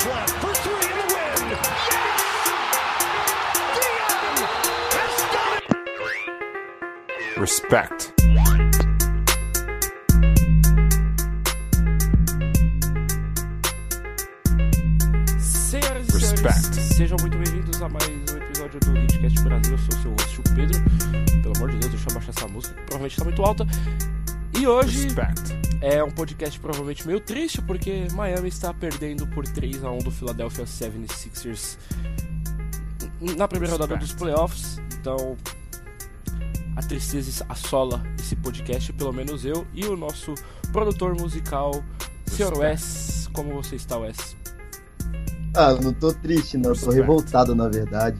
left for three in the win. Yes! Dion has done it! Respect. Senhoras e senhores, sejam muito bem-vindos a mais um episódio do Hitcast Brasil. Eu sou o seu host, o Pedro. Pelo amor de Deus, deixa eu baixar essa música, que provavelmente está muito alta. E hoje é um podcast provavelmente meio triste, porque Miami está perdendo por 3-1 do Philadelphia 76ers na primeira rodada dos playoffs. Então, a tristeza assola esse podcast, pelo menos eu e o nosso produtor musical, Sr. Wes. Como você está, Wes? Não tô triste, não. Tô revoltado, na verdade.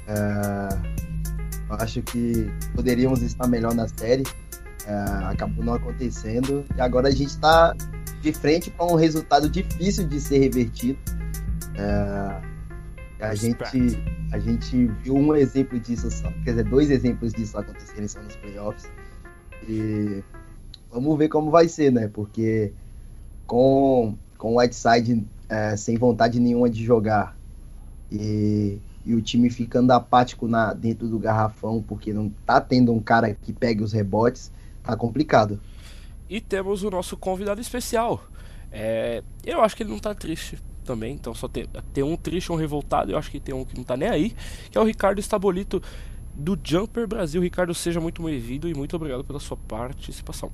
Eu acho que poderíamos estar melhor na série. Acabou não acontecendo. E agora a gente tá de frente com um resultado difícil de ser revertido. A gente viu um exemplo disso, quer dizer, 2 exemplos disso acontecerem só nos playoffs. E vamos ver como vai ser, né? Porque com o Whiteside sem vontade nenhuma de jogar e o time ficando apático dentro do garrafão porque não tá tendo um cara que pegue os rebotes, tá complicado. E temos o nosso convidado especial. Eu acho que ele não tá triste também, então só tem um triste, um revoltado. Eu acho que tem um que não tá nem aí, que é o Ricardo Estabolito do Jumper Brasil. Ricardo, seja muito bem-vindo e muito obrigado pela sua participação.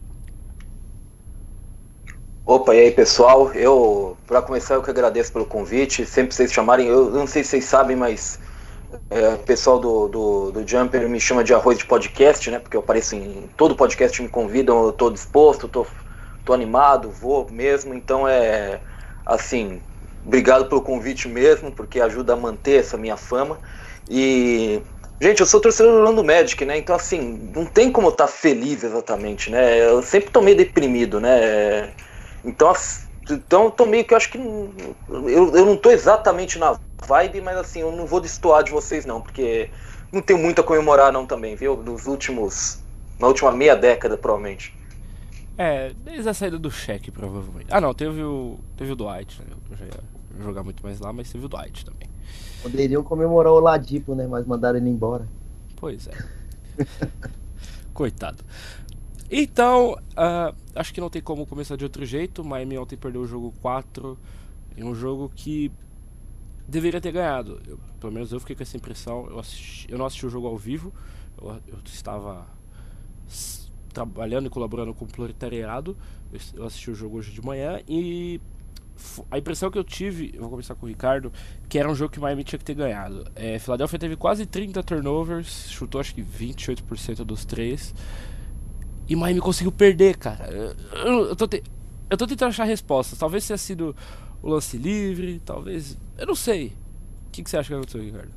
Opa, e aí pessoal, pra começar eu que agradeço pelo convite, sempre vocês chamarem, eu não sei se vocês sabem, mas o pessoal do Jumper me chama de arroz de podcast, né, porque eu apareço em todo podcast, me convidam, eu tô disposto, tô animado, vou mesmo, então assim, obrigado pelo convite mesmo, porque ajuda a manter essa minha fama. E gente, eu sou torcedor do Orlando Magic, né, então assim, não tem como eu estar feliz exatamente, né, eu sempre tô meio deprimido, né. Então tô meio que eu acho que eu não tô exatamente na vibe, mas assim, eu não vou destoar de vocês não, porque não tenho muito a comemorar não também, viu? Na última meia década, provavelmente. Desde a saída do Shaq, provavelmente. Não, teve o Dwight, né? Eu já ia jogar muito mais lá, mas teve o Dwight também. Poderiam comemorar o Ladipo, né? Mas mandaram ele embora. Pois é. Coitado. Então, acho que não tem como começar de outro jeito. Miami ontem perdeu o jogo 4 em um jogo que deveria ter ganhado. Pelo menos eu fiquei com essa impressão. Eu não assisti o jogo ao vivo. Eu estava trabalhando e colaborando com o proletariado. Eu assisti o jogo hoje de manhã e a impressão que eu tive, eu vou começar com o Ricardo, que era um jogo que o Miami tinha que ter ganhado. Philadelphia teve quase 30 turnovers, chutou acho que 28% dos 3. E Miami conseguiu perder, cara. Eu tô tentando achar respostas. Talvez tenha sido o lance livre, talvez... Eu não sei. O que você acha que aconteceu, Ricardo?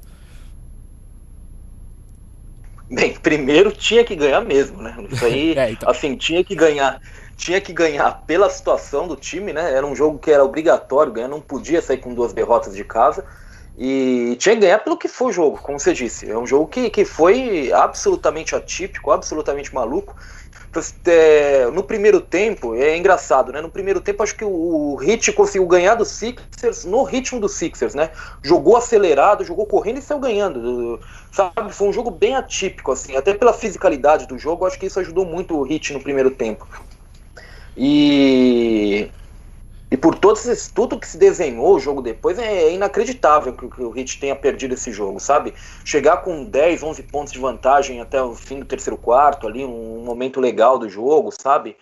Bem, primeiro tinha que ganhar mesmo, né? Isso aí, então. Assim, tinha que ganhar pela situação do time, né? Era um jogo que era obrigatório ganhar, não podia sair com 2 derrotas de casa. E tinha que ganhar pelo que foi o jogo, como você disse. É um jogo que foi absolutamente atípico, absolutamente maluco. No primeiro tempo, é engraçado, né? No primeiro tempo, acho que o Heat conseguiu ganhar do Sixers no ritmo do Sixers, né? Jogou acelerado, jogou correndo e saiu ganhando, sabe? Foi um jogo bem atípico, assim, até pela fisicalidade do jogo, acho que isso ajudou muito o Heat no primeiro tempo. E por tudo que se desenhou o jogo depois, é inacreditável que o Heat tenha perdido esse jogo, sabe? Chegar com 10, 11 pontos de vantagem até o fim do terceiro quarto, ali, um momento legal do jogo, sabe?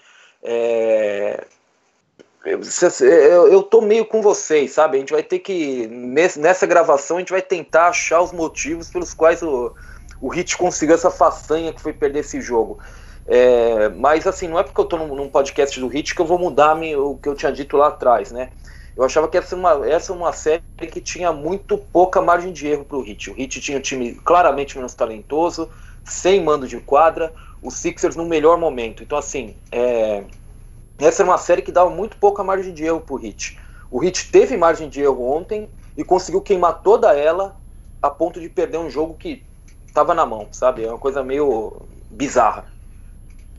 Eu tô meio com vocês, sabe? A gente vai ter que, nessa gravação, a gente vai tentar achar os motivos pelos quais o Heat conseguiu essa façanha que foi perder esse jogo. Mas assim, não é porque eu tô num podcast do Heat que eu vou mudar o que eu tinha dito lá atrás, né? Eu achava que essa é uma série que tinha muito pouca margem de erro pro Heat. O Heat tinha um time claramente menos talentoso, sem mando de quadra, os Sixers no melhor momento. Então assim, essa era uma série que dava muito pouca margem de erro pro Heat. O Heat teve margem de erro ontem e conseguiu queimar toda ela a ponto de perder um jogo que tava na mão, sabe? É uma coisa meio bizarra.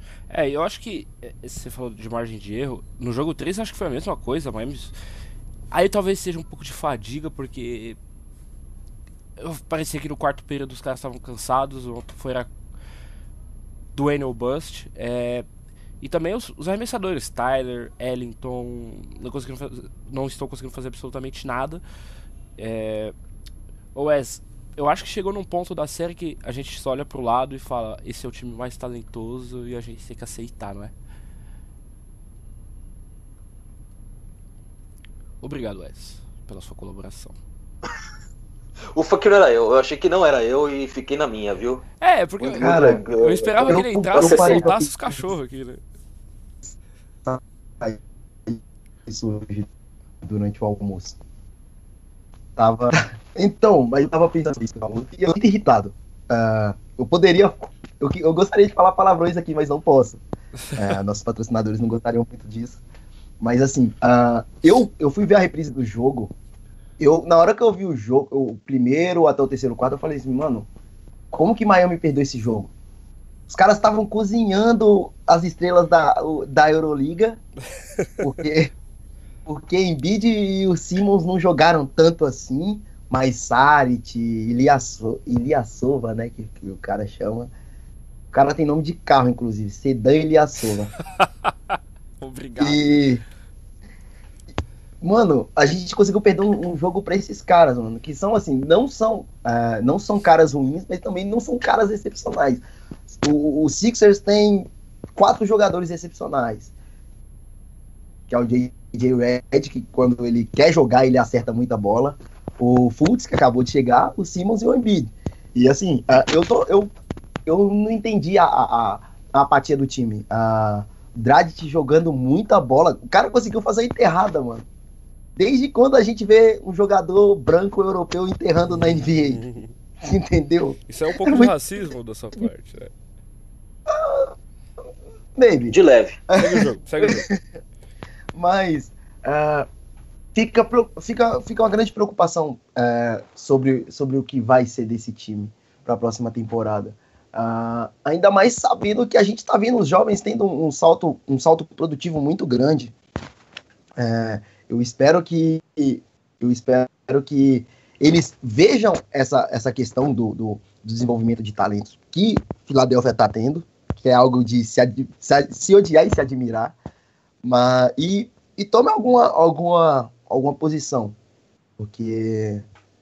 Eu acho que você falou de margem de erro. No jogo 3 acho que foi a mesma coisa, mas Aí talvez seja um pouco de fadiga, porque parecia que no quarto período os caras estavam cansados. Foi a Dwayne ou Bust. E também os arremessadores, Tyler, Ellington, não estão conseguindo fazer absolutamente nada. Wes, eu acho que chegou num ponto da série que a gente só olha pro lado e fala: esse é o time mais talentoso e a gente tem que aceitar, não é? Obrigado, Wes, pela sua colaboração. Ufa que não era eu achei que não era eu e fiquei na minha, viu? Porque Cara, eu esperava que ele entrasse e parei pra soltasse os cachorros aqui, né? Isso hoje, durante o almoço. Então, mas eu tava pensando nisso, eu fiquei muito irritado. Eu poderia. Eu gostaria de falar palavrões aqui, mas não posso. Nossos patrocinadores não gostariam muito disso. Mas assim, eu fui ver a reprise do jogo. Na hora que eu vi o jogo, o primeiro até o terceiro quarto, eu falei assim, mano, como que Miami perdeu esse jogo? Os caras estavam cozinhando as estrelas da Euroliga, porque Embiid e o Simmons não jogaram tanto assim, mas Saric, Ilyasova, né, que o cara chama. O cara tem nome de carro, inclusive, Sedan Ilyasova. Obrigado. Mano, a gente conseguiu perder um jogo pra esses caras, mano, que são assim, não são caras ruins, mas também não são caras excepcionais. O Sixers tem 4 jogadores excepcionais, que é o J.J. Redick, que quando ele quer jogar, ele acerta muita bola. O Fultz, que acabou de chegar, o Simmons e o Embiid. E assim, eu não entendi a apatia do time. Dragic jogando muita bola. O cara conseguiu fazer a enterrada, mano. Desde quando a gente vê um jogador branco europeu enterrando na NBA? Entendeu? Isso é um pouco de racismo da sua parte, né? Baby. De leve. Segue o jogo. Mas fica uma grande preocupação sobre o que vai ser desse time para a próxima temporada. Ainda mais sabendo que a gente está vendo os jovens tendo um salto produtivo muito grande. Eu espero que eles vejam essa questão do desenvolvimento de talentos que Filadélfia está tendo, que é algo de se odiar e se admirar, e tome alguma posição, porque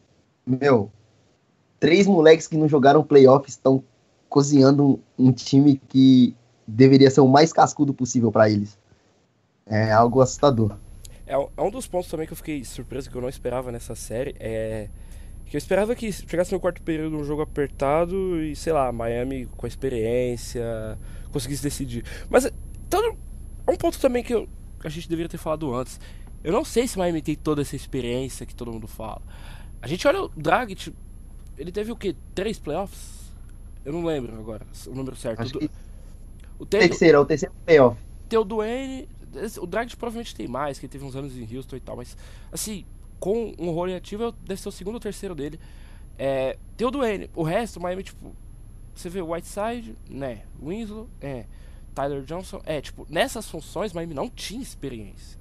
3 moleques que não jogaram playoffs estão cozinhando um time que deveria ser o mais cascudo possível para eles. É algo assustador. É um dos pontos também que eu fiquei surpreso, que eu não esperava nessa série, que eu esperava que chegasse no quarto período um jogo apertado e, sei lá, Miami com a experiência conseguisse decidir. Mas então, um ponto também que a gente deveria ter falado antes. Eu não sei se Miami tem toda essa experiência que todo mundo fala. A gente olha o Dragic, ele teve o quê? 3 playoffs? Eu não lembro agora o número certo. Acho que o terceiro playoff. Tem o Dwayne. O Dragic provavelmente tem mais, que ele teve uns anos em Houston e tal, mas assim, com um role ativo deve ser o segundo ou terceiro dele. Tem o Dwayne, o resto, Miami, tipo, você vê o Whiteside, né, Winslow, Tyler Johnson, tipo, nessas funções Miami não tinha experiência.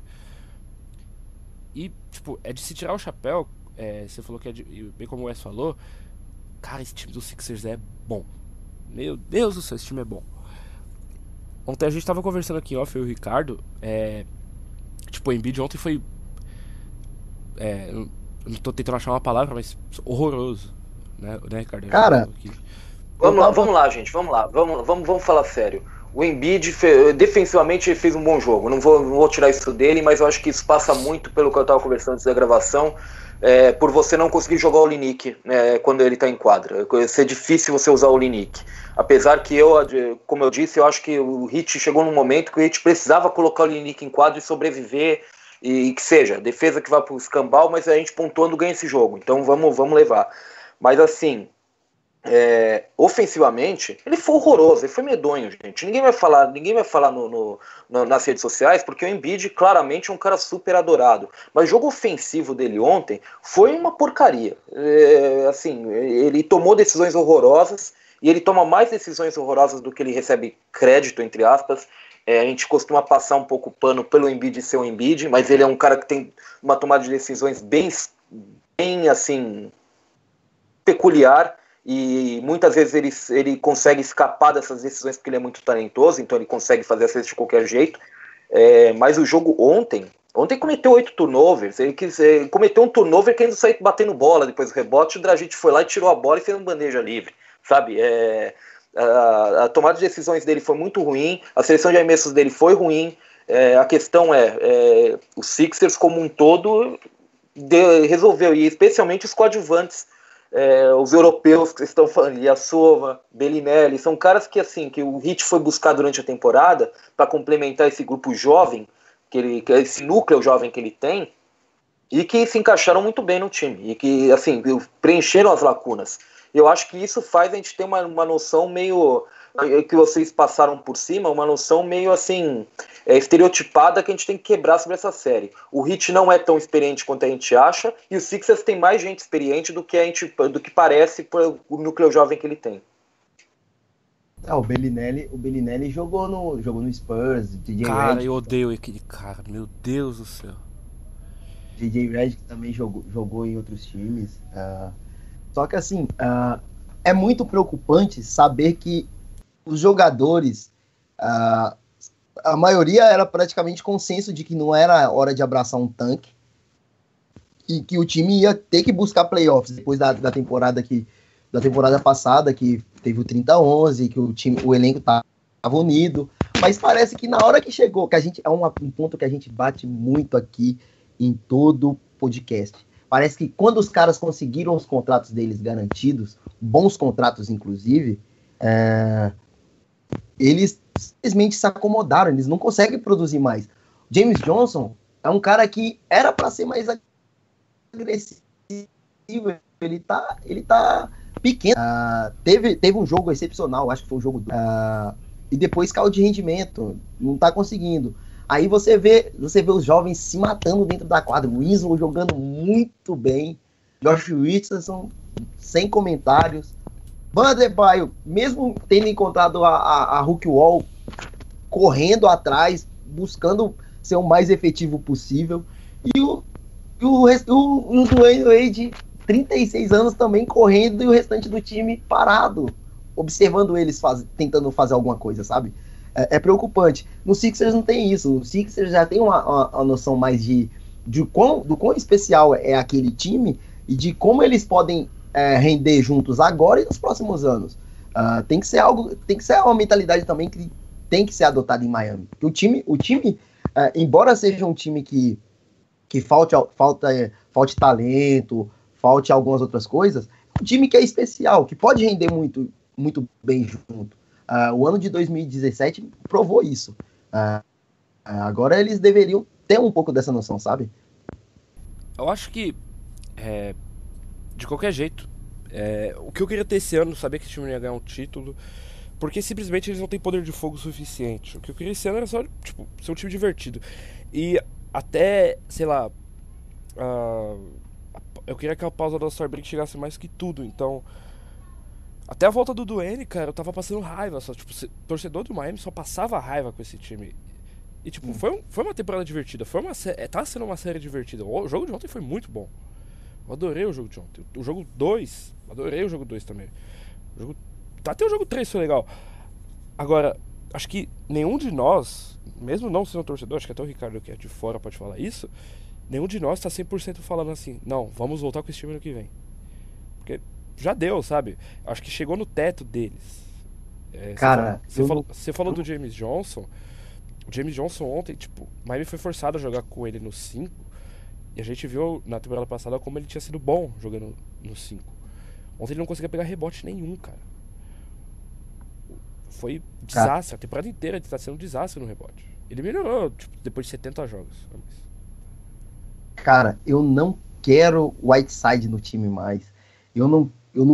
E, tipo, é de se tirar o chapéu, você falou que bem como o Wes falou, cara, esse time do Sixers é bom. Meu Deus do céu, esse time é bom. Ontem a gente tava conversando aqui em off, eu e o Ricardo, tipo, o Embiid ontem foi, eu não tô tentando achar uma palavra, mas horroroso, né Ricardo? Cara, vamos lá, gente, vamos lá, vamos falar sério. O Embiid, defensivamente, ele fez um bom jogo, não vou tirar isso dele, mas eu acho que isso passa muito pelo que eu tava conversando antes da gravação, por você não conseguir jogar o Olynyk quando ele tá em quadra. Vai ser difícil você usar o Olynyk. Apesar que como eu disse, eu acho que o Heat chegou num momento que o Heat precisava colocar o Olynyk em quadra e sobreviver, e que seja, defesa que vá pro escambau, mas a gente pontuando ganha esse jogo, então vamos levar. Mas assim, ofensivamente, ele foi horroroso, ele foi medonho, gente. Ninguém vai falar nas redes sociais, porque o Embiid claramente é um cara super adorado. Mas o jogo ofensivo dele ontem foi uma porcaria. Assim, ele tomou decisões horrorosas, e ele toma mais decisões horrorosas do que ele recebe crédito, entre aspas. A gente costuma passar um pouco o pano pelo Embiid ser o Embiid, mas ele é um cara que tem uma tomada de decisões bem assim, peculiar, e muitas vezes ele consegue escapar dessas decisões porque ele é muito talentoso, então ele consegue fazer as vezes de qualquer jeito. Mas o jogo ontem cometeu 8 turnovers, ele cometeu um turnover querendo sair batendo bola depois do rebote, o Dragic foi lá e tirou a bola e fez uma bandeja livre, sabe? A tomada de decisões dele foi muito ruim, a seleção de arremessos dele foi ruim, a questão os Sixers como um todo resolveu, e especialmente os coadjuvantes, os europeus que estão falando, Ilyasova, Bellinelli, são caras que o Heat foi buscar durante a temporada para complementar esse grupo jovem, esse núcleo jovem que ele tem, e que se encaixaram muito bem no time, e que preencheram as lacunas. Eu acho que isso faz a gente ter uma noção meio, que vocês passaram por cima, uma noção meio estereotipada que a gente tem que quebrar sobre essa série. O Heat não é tão experiente quanto a gente acha, e o Sixers tem mais gente experiente do que parece por o núcleo jovem que ele tem. O Bellinelli jogou no Spurs, DJ Cara, Redick, eu odeio aquele cara, meu Deus do céu. DJ Redick também jogou em outros times. Só que é muito preocupante saber que os jogadores, a maioria era praticamente consenso de que não era hora de abraçar um tanque e que o time ia ter que buscar playoffs depois da temporada passada, que teve o 30-11, que o elenco estava unido, mas parece que na hora que chegou, que é um ponto que a gente bate muito aqui em todo podcast. Parece que quando os caras conseguiram os contratos deles garantidos, bons contratos inclusive, eles simplesmente se acomodaram, eles não conseguem produzir mais. James Johnson é um cara que era para ser mais agressivo, ele tá pequeno. Teve um jogo excepcional, acho que foi o jogo e depois caiu de rendimento, não tá conseguindo. Aí você vê os jovens se matando dentro da quadra, o Winslow jogando muito bem, Josh Richardson sem comentários, Bam Adebayo, mesmo tendo encontrado a Hulk Wall, correndo atrás, buscando ser o mais efetivo possível, e o Dwayne Wade, 36 anos também correndo, e o restante do time parado, observando eles tentando fazer alguma coisa, sabe? É preocupante. No Sixers não tem isso. O Sixers já tem uma noção mais do quão especial é aquele time e de como eles podem render juntos agora e nos próximos anos. Tem que ser uma mentalidade também que tem que ser adotada em Miami. Porque o time embora seja um time que falte talento, falte algumas outras coisas, é um time que é especial, que pode render muito, muito bem junto. O ano de 2017 provou isso. Agora eles deveriam ter um pouco dessa noção, sabe? Eu acho que, de qualquer jeito, o que eu queria ter esse ano, saber que esse time ia ganhar um título, porque simplesmente eles não têm poder de fogo suficiente. O que eu queria esse ano era só, ser um time divertido. E até, sei lá, eu queria que a pausa da All-Star Break chegasse mais que tudo, então... Até a volta do Dwayne, cara, eu tava passando raiva. Torcedor do Miami só passava raiva com esse time. E, foi uma temporada divertida. Tá sendo uma série divertida. O jogo de ontem foi muito bom. Eu adorei o jogo de ontem. O jogo 2, adorei o jogo 2 também. Até o jogo 3 foi legal. Agora, acho que nenhum de nós, mesmo não sendo torcedor, acho que até o Ricardo que é de fora pode falar isso, nenhum de nós tá 100% falando assim, não, vamos voltar com esse time ano que vem. Porque... já deu, sabe? Acho que chegou no teto deles. Cara, você falou do James Johnson. O James Johnson ontem, Miami foi forçado a jogar com ele no 5. E a gente viu na temporada passada como ele tinha sido bom jogando no 5. Ontem ele não conseguia pegar rebote nenhum, cara. Foi desastre. A temporada inteira ele tá sendo um desastre no rebote. Ele melhorou, depois de 70 jogos. Cara, eu não quero Whiteside no time mais. Eu não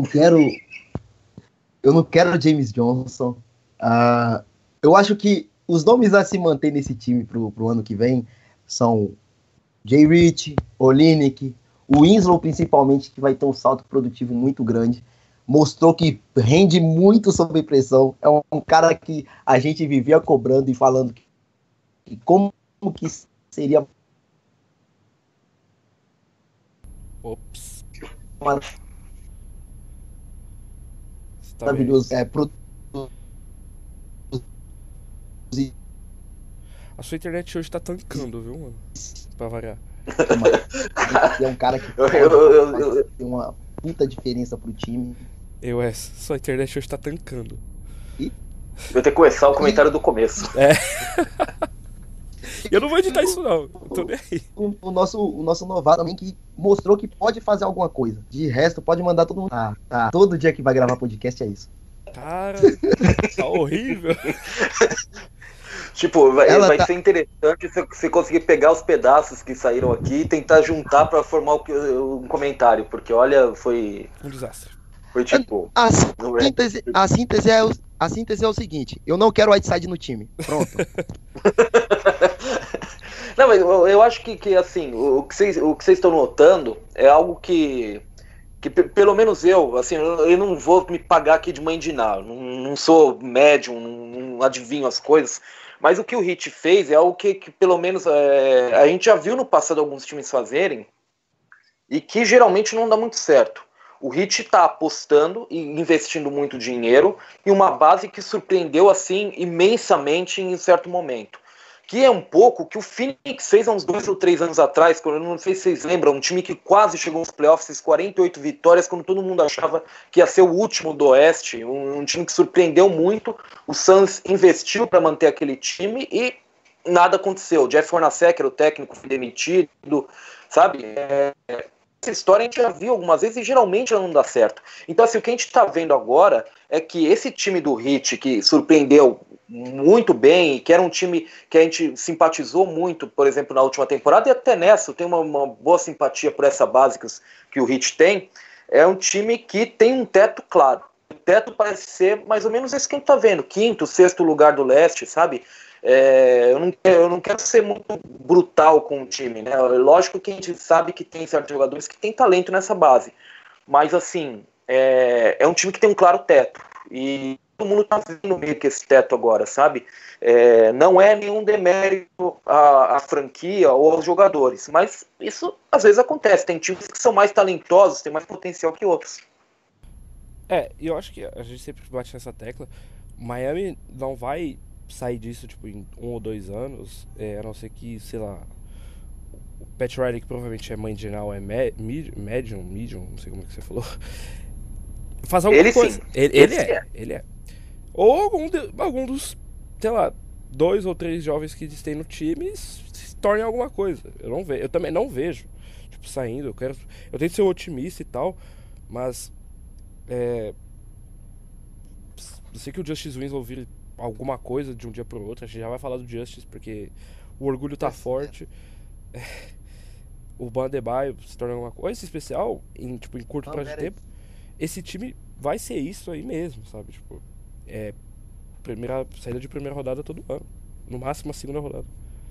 quero James Johnson. Eu acho que os nomes a se manter nesse time pro ano que vem são Jay Rich, Olynyk, o Winslow principalmente, que vai ter um salto produtivo muito grande. mostrou que rende muito sob pressão. É um cara que a gente vivia cobrando e falando que como que seria Ops. Você tá maravilhoso bem? A sua internet hoje tá tancando, viu, mano? Pra variar. É um cara que Eu- pode eu- eu- eu- fazer uma puta diferença pro time. Sua internet hoje tá tancando. Vou ter que começar o comentário do começo. Eu não vou editar isso, não. Eu tô nem aí. O nosso novato também que mostrou que pode fazer alguma coisa. De resto, pode mandar todo mundo. Tá. Todo dia que vai gravar podcast é isso. Cara, tá horrível. Tipo, vai Ela tá- ser interessante se você conseguir pegar os pedaços que saíram aqui e tentar juntar pra formar um comentário, porque olha, foi Um desastre. tipo. A não é- síntese é o seguinte: eu não quero Whiteside no time. Pronto. Não, mas eu acho que assim, o que vocês estão notando é algo que pelo menos eu, assim, eu não vou me pagar aqui de mãe de nada, não sou médium, não adivinho as coisas, mas o que o Heat fez é algo que pelo menos a gente já viu no passado alguns times fazerem e que geralmente não dá muito certo. O Heat está apostando e investindo muito dinheiro em uma base que surpreendeu assim imensamente em um certo momento. Que é um pouco o que o Phoenix fez há uns 2 ou 3 anos atrás, quando, eu não sei se vocês lembram, um time que quase chegou nos playoffs, 48 vitórias, quando todo mundo achava que ia ser o último do Oeste, um time que surpreendeu muito. O Suns investiu para manter aquele time e nada aconteceu. O Jeff Hornacek, que era o técnico, foi demitido, sabe? Essa história a gente já viu algumas vezes e geralmente ela não dá certo. Então, assim, o que a gente está vendo agora é que esse time do Heat, que surpreendeu muito bem, e que era um time que a gente simpatizou muito, por exemplo, na última temporada, e até nessa, eu tenho uma boa simpatia por essa base que o Heat tem, é um time que tem um teto claro. O teto parece ser mais ou menos esse que a gente tá vendo, 5º, 6º lugar do leste, sabe? Eu não quero ser muito brutal com o time, né? Lógico que a gente sabe que tem certos jogadores que têm talento nessa base, mas assim, é um time que tem um claro teto, e todo mundo tá vendo meio que esse teto agora, sabe? Não é nenhum demérito à franquia ou aos jogadores, mas isso às vezes acontece, tem times que são mais talentosos, têm mais potencial que outros. E eu acho que a gente sempre bate nessa tecla. Miami não vai sair disso, tipo, em 1 ou 2 anos, a não ser que, sei lá, o Pat Riley, que provavelmente é mãe de geral, é medium, não sei como é que você falou, faz alguma Ele coisa. sim. Ele é. Ou algum dos, sei lá, 2 ou 3 jovens que eles têm no time se tornem alguma coisa. Eu também não vejo, tipo, saindo. Eu tento ser otimista e tal, mas eu sei que o Justice Winslow vira alguma coisa de um dia pro outro. A gente já vai falar do Justice, porque o orgulho tá forte. O Bam Adebayo se torna alguma coisa especial em curto prazo de tempo. Esse time vai ser isso aí mesmo, sabe? Tipo, saída de primeira rodada todo ano. No máximo a segunda rodada.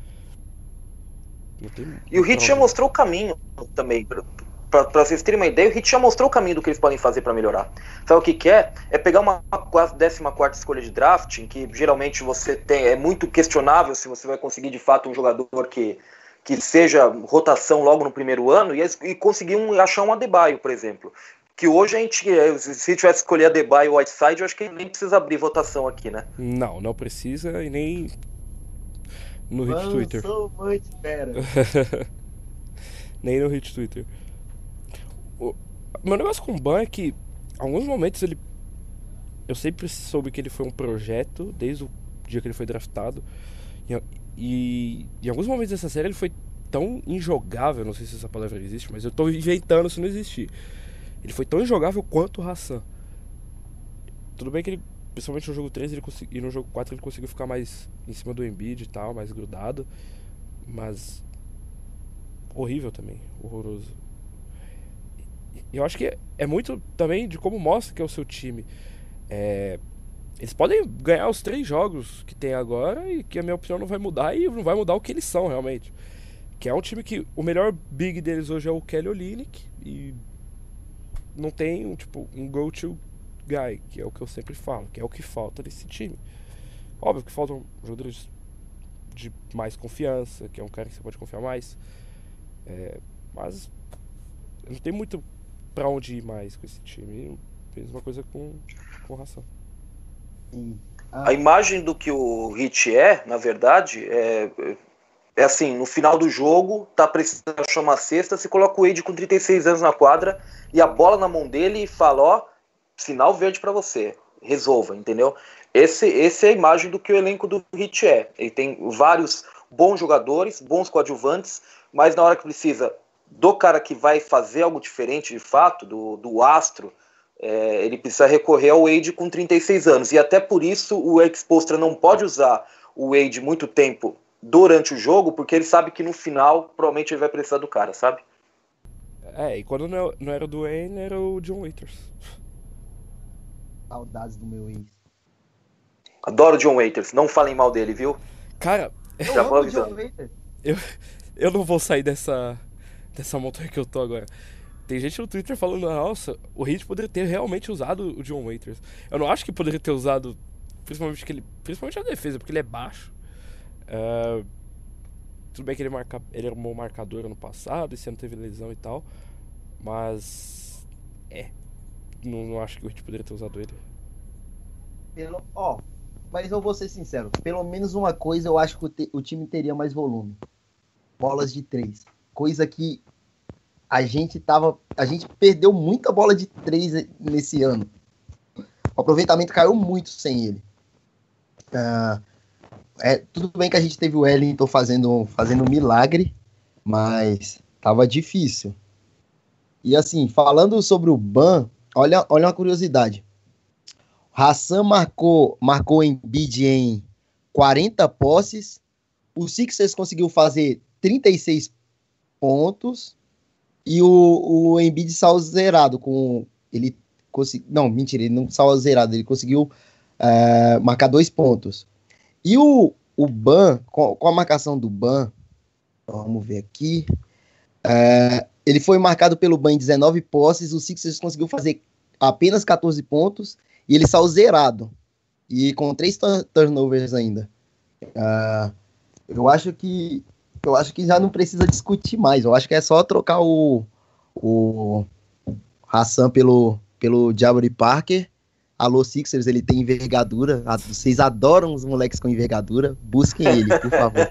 E o Heat já mostrou o caminho também. Pra vocês terem uma ideia, o Heat já mostrou o caminho do que eles podem fazer pra melhorar. Sabe o que é? É pegar uma 14ª escolha de draft, em que geralmente você tem, é muito questionável se você vai conseguir de fato um jogador que seja rotação logo no primeiro ano, e conseguir achar um Adebayo, por exemplo. Que hoje a gente, se tivesse escolher Adebayo ou Whiteside, eu acho que nem precisa abrir votação aqui, né? Não precisa, e nem no Hit Twitter. Nem no Hit Twitter. O meu negócio com o Ban é que, em alguns momentos, eu sempre soube que ele foi um projeto, desde o dia que ele foi draftado. E em alguns momentos dessa série ele foi tão injogável, não sei se essa palavra existe, mas eu tô inventando se não existir. Ele foi tão injogável quanto o Hassan. Tudo bem que ele, principalmente no jogo 3 e no jogo 4 ele conseguiu ficar mais em cima do Embiid e tal, mais grudado. Mas horrível também, horroroso. E eu acho que é muito também de como mostra que é o seu time. Eles podem ganhar os 3 jogos que tem agora e que a minha opinião não vai mudar, e não vai mudar o que eles são realmente. Que é um time que o melhor big deles hoje é o Kelly Olynyk, e não tem um go-to guy, que é o que eu sempre falo, que é o que falta nesse time. Óbvio que faltam jogadores de mais confiança, que é um cara que você pode confiar mais. Mas não tem muito pra onde ir mais com esse time. Mesma coisa com o Hassan. Sim. A imagem do que o Heat na verdade, é assim, no final do jogo, tá precisando achar uma cesta, você coloca o Wade com 36 anos na quadra e a bola na mão dele e fala, ó, sinal verde pra você, resolva, entendeu? Esse é a imagem do que o elenco do Heat é. Ele tem vários bons jogadores, bons coadjuvantes, mas na hora que precisa do cara que vai fazer algo diferente de fato, do astro, ele precisa recorrer ao Wade com 36 anos. E até por isso o Ex-Postra não pode usar o Wade muito tempo durante o jogo, porque ele sabe que no final provavelmente ele vai precisar do cara, sabe? E quando não era o Dwayne, era o John Waiters. Saudades do meu ex. Adoro o John Waiters, não falem mal dele, viu? Cara, Já vou amo o John avisando. Waiters. eu não vou sair dessa montanha que eu tô agora. Tem gente no Twitter falando, nossa, o Heat poderia ter realmente usado o John Waiters. Eu não acho que poderia ter usado, principalmente a defesa, porque ele é baixo. Tudo bem que ele era um bom marcador ano passado, esse ano teve lesão e tal, mas não acho que o Heat poderia ter usado ele. Mas eu vou ser sincero, pelo menos uma coisa eu acho que o time teria mais volume. Bolas de 3. Coisa que a gente perdeu muita bola de 3 nesse ano. O aproveitamento caiu muito sem ele. Tudo bem que a gente teve o Wellington fazendo milagre, mas tava difícil. E assim, falando sobre o Ban, olha uma curiosidade. Hassan marcou o Embiid em 40 posses, o Sixers conseguiu fazer 36 pontos e o Embiid saiu zerado ele não saiu zerado, ele conseguiu marcar 2 pontos. E o Ban, com a marcação do Ban, vamos ver aqui, ele foi marcado pelo Ban em 19 posses, o Sixers conseguiu fazer apenas 14 pontos e ele saiu zerado, e com 3 turnovers ainda. Eu acho que já não precisa discutir mais, eu acho que é só trocar o Hassan pelo Jabari Parker. Alô, Sixers, ele tem envergadura. Vocês adoram os moleques com envergadura. Busquem ele, por favor.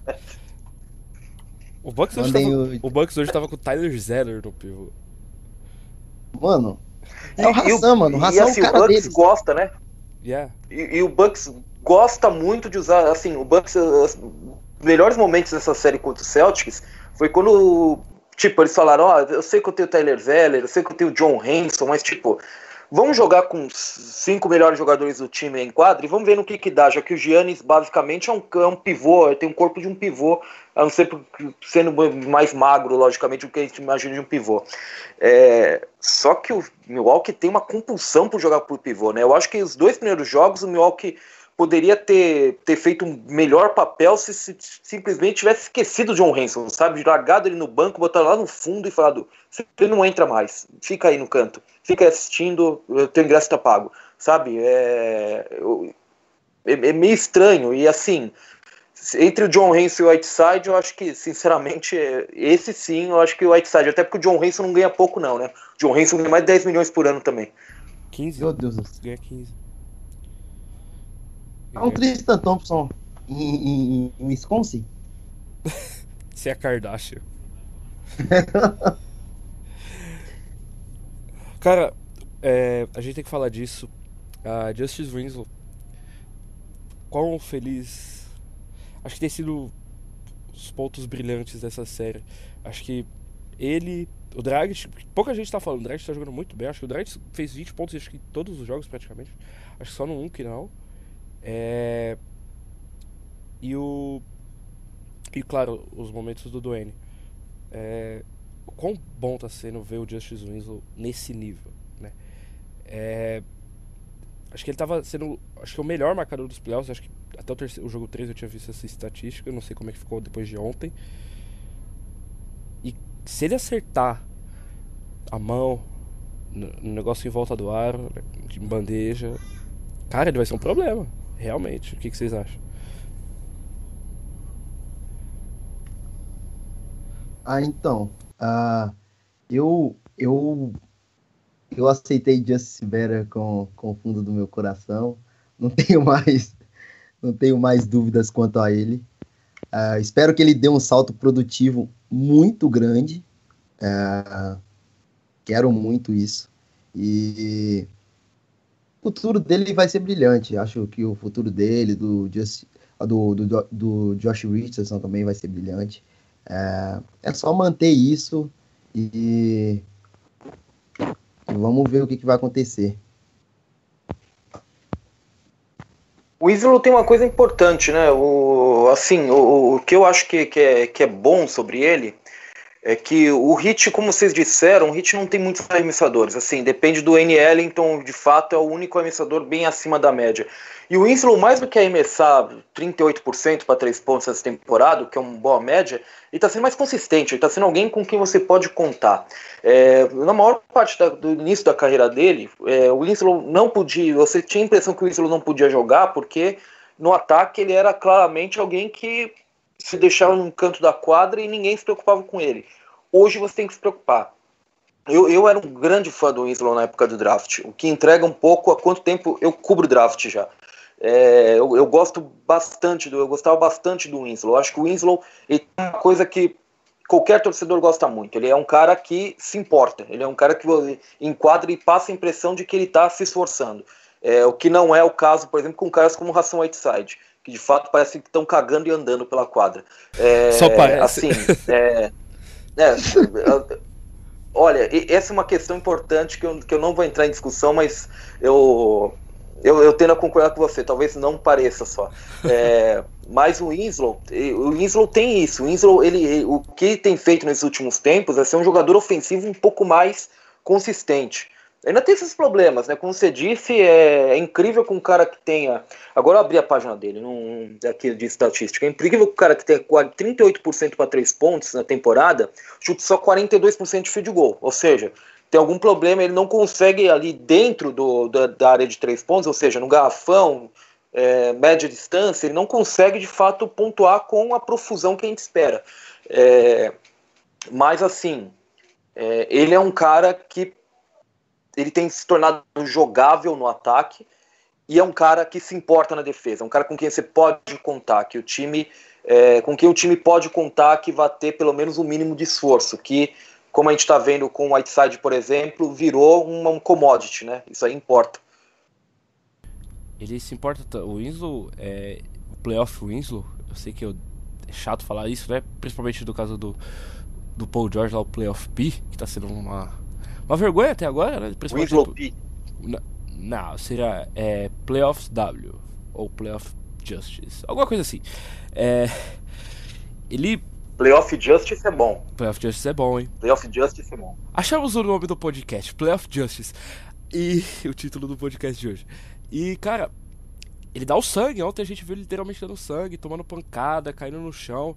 O Bucks hoje tava com o Tyler Zeller no pivô. Mano, é o Hassan, mano. O Hassan assim, é o cara o Bucks deles. gosta, né? Yeah. E o Bucks gosta muito de usar, assim, o Bucks, os melhores momentos dessa série contra o Celtics foi quando, eles falaram, eu sei que eu tenho o Tyler Zeller, eu sei que eu tenho o John Henson, mas, vamos jogar com os 5 melhores jogadores do time em quadra e vamos ver no que dá, já que o Giannis basicamente é um pivô, tem um corpo de um pivô, a não ser sendo mais magro, logicamente, do que a gente imagina de um pivô. Só que o Milwaukee tem uma compulsão por jogar por pivô, né? Eu acho que os 2 primeiros jogos o Milwaukee poderia ter feito um melhor papel se simplesmente tivesse esquecido o John Henson, sabe? Largado ele no banco, botado lá no fundo e falado, você não entra mais, fica aí no canto, fica aí assistindo, o teu ingresso tá pago, sabe? É meio estranho, e assim, entre o John Henson e o Whiteside, eu acho que, sinceramente, esse sim, eu acho que o Whiteside, até porque o John Henson não ganha pouco não, né? O John Henson ganha mais de 10 milhões por ano também. 15? Meu Deus do céu. Ganha 15. É um Tristan Thompson em Wisconsin? Se é Kardashian. Cara, a gente tem que falar disso. Justice Winslow, quão feliz. Acho que tem sido os pontos brilhantes dessa série. Acho que ele, o Dragic, pouca gente tá falando, o Dragic tá jogando muito bem. Acho que o Dragic fez 20 pontos acho que em todos os jogos praticamente. Acho que só no 1 que não. E claro, os momentos do Dwayne. O quão bom tá sendo ver o Justice Winslow nesse nível, né? Acho que ele tava sendo, acho que o melhor marcador dos playoffs. Acho que até o jogo 3 eu tinha visto essa estatística. Eu não sei como é que ficou depois de ontem. E se ele acertar a mão no negócio em volta do aro, de bandeja. Cara, ele vai ser um problema, realmente. O que vocês acham? Então, eu aceitei Justice Better com o fundo do meu coração. Não tenho mais dúvidas quanto a ele. Espero que ele dê um salto produtivo muito grande. Quero muito isso. E o futuro dele vai ser brilhante. Acho que o futuro dele, do Josh Richardson também vai ser brilhante. É só manter isso e vamos ver o que vai acontecer. O Winslow tem uma coisa importante, né? O que eu acho que é bom sobre ele é que o Heat, como vocês disseram, o Heat não tem muitos arremessadores. Assim, depende do N.L., então, de fato, é o único arremessador bem acima da média. E o Winslow, mais do que arremessar 38% para 3 pontos essa temporada, que é uma boa média, ele está sendo mais consistente, ele está sendo alguém com quem você pode contar. Na maior parte do início da carreira dele, o Winslow não podia, você tinha a impressão que o Winslow não podia jogar, porque no ataque ele era claramente alguém que se deixava num canto da quadra e ninguém se preocupava com ele. Hoje você tem que se preocupar. Eu era um grande fã do Winslow na época do draft, o que entrega um pouco a quanto tempo eu cubro draft já. Eu gostava bastante do Winslow. Eu acho que o Winslow é uma coisa que qualquer torcedor gosta muito. Ele é um cara que se importa, ele é um cara que enquadra e passa a impressão de que ele está se esforçando. O que não é o caso, por exemplo, com caras como o Hassan Whiteside, que de fato parece que estão cagando e andando pela quadra. Só parece. Assim, olha, essa é uma questão importante que eu não vou entrar em discussão, mas eu tendo a concordar com você, talvez não pareça só. Mas o Winslow tem isso. O Winslow, o que tem feito nesses últimos tempos é ser um jogador ofensivo um pouco mais consistente. Ainda tem esses problemas, né? Como você disse, é incrível que um cara que tenha... Agora eu abri a página dele, aqui de estatística. É incrível que o cara que tenha 38% para 3 pontos na temporada chute só 42% de field goal. Ou seja, tem algum problema, ele não consegue ali dentro da área de 3 pontos, ou seja, no garrafão, média distância, ele não consegue de fato pontuar com a profusão que a gente espera. Mas assim, ele é um cara que ele tem se tornado jogável no ataque e é um cara que se importa na defesa, é um cara com quem você pode contar, com quem o time pode contar que vai ter pelo menos um mínimo de esforço, que, como a gente está vendo com o Whiteside, por exemplo, virou um commodity, né? Isso aí importa. Ele se importa, o Winslow, o playoff Winslow, eu sei que é chato falar isso, né? Principalmente no caso do Paul George lá, o playoff P, que está sendo uma vergonha até agora, né? Winslow P. Não, seria Playoffs W ou Playoff Justice, alguma coisa assim. Playoff Justice é bom. Playoff Justice é bom, hein? Playoff Justice é bom. Achamos o nome do podcast, Playoff Justice, e o título do podcast de hoje. E, cara, ele dá o sangue. Ontem a gente viu ele literalmente dando sangue, tomando pancada, caindo no chão.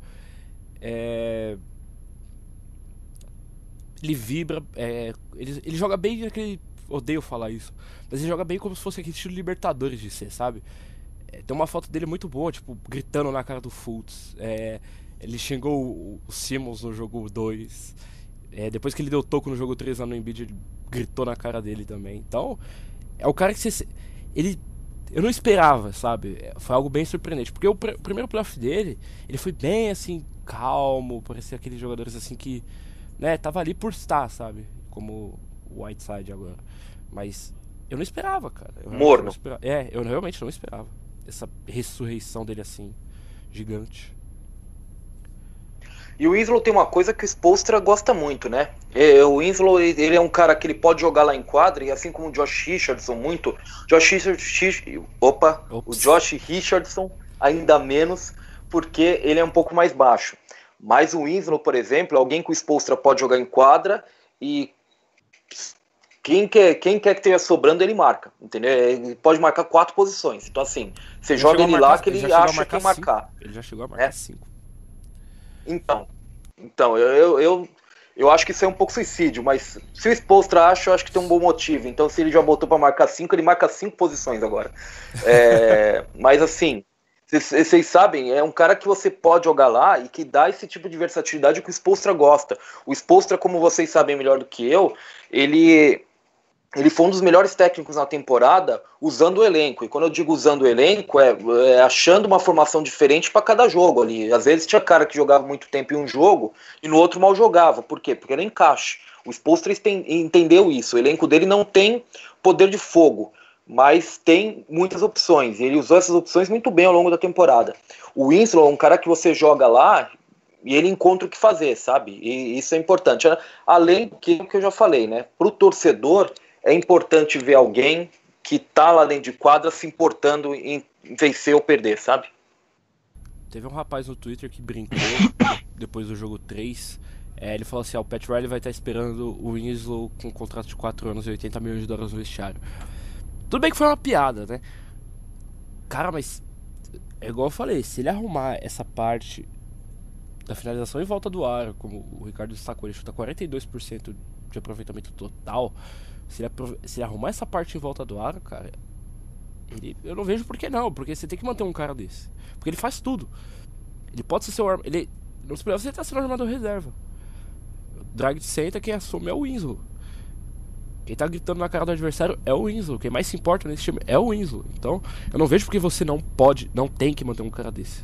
Ele vibra, ele joga bem naquele... Odeio falar isso, mas ele joga bem como se fosse aquele estilo Libertadores de ser, sabe? Tem uma foto dele muito boa, tipo, gritando na cara do Fultz. Ele xingou o Simmons no jogo 2. Depois que ele deu toco no jogo 3 lá no Embiid, ele gritou na cara dele também. Então, é o cara que você... Eu não esperava, sabe? Foi algo bem surpreendente, porque o primeiro playoff dele, ele foi bem, assim, calmo. Parecia aqueles jogadores, assim, que... né, tava ali por estar, sabe? Como o Whiteside agora. Mas eu não esperava, cara. Morno. Eu realmente não esperava. Essa ressurreição dele assim, gigante. E o Winslow tem uma coisa que o Spoelstra gosta muito, né? O Winslow, ele é um cara que ele pode jogar lá em quadra, e assim como o Josh Richardson muito... O Josh Richardson ainda menos, porque ele é um pouco mais baixo. Mas o Winslow, por exemplo, é alguém que o Spoelstra pode jogar em quadra e quem quer que esteja sobrando, ele marca, entendeu? Ele pode marcar 4 posições. Então, assim, você joga ele lá que ele acha que marcar. Ele já chegou a marcar 5. Então eu eu acho que isso é um pouco suicídio, mas se o Spoelstra acha, eu acho que tem um bom motivo. Então, se ele já botou para marcar 5, ele marca 5 posições agora. Mas assim, vocês sabem, é um cara que você pode jogar lá e que dá esse tipo de versatilidade que o Spoelstra gosta. O Spoelstra, como vocês sabem melhor do que eu, ele foi um dos melhores técnicos na temporada usando o elenco. E quando eu digo usando o elenco, é achando uma formação diferente para cada jogo ali. Às vezes tinha cara que jogava muito tempo em um jogo e no outro mal jogava. Por quê? Porque era encaixe. O Spoelstra entendeu isso. O elenco dele não tem poder de fogo, mas tem muitas opções. E ele usou essas opções muito bem ao longo da temporada. O Winslow é um cara que você joga lá e ele encontra o que fazer, sabe? E isso é importante. Além do que eu já falei, né? Para o torcedor, é importante ver alguém que tá lá dentro de quadra se importando em vencer ou perder, sabe? Teve um rapaz no Twitter que brincou depois do jogo 3. Ele falou assim, o Pat Riley vai estar esperando o Winslow com um contrato de 4 anos e 80 milhões de dólares no vestiário. Tudo bem que foi uma piada, né? Cara, mas é igual eu falei, se ele arrumar essa parte da finalização em volta do aro, como o Ricardo destacou, ele chuta 42% de aproveitamento total. Se ele arrumar essa parte em volta do aro, cara, eu não vejo por que não. Porque você tem que manter um cara desse. Porque ele faz tudo. Ele pode ser seu armador. Ele não se preocupa, você tá sendo armador reserva. O Dragic senta, quem assume é o Winslow. Quem tá gritando na cara do adversário é o Winslow. Quem mais se importa nesse time é o Winslow. Então, eu não vejo porque você não tem que manter um cara desse.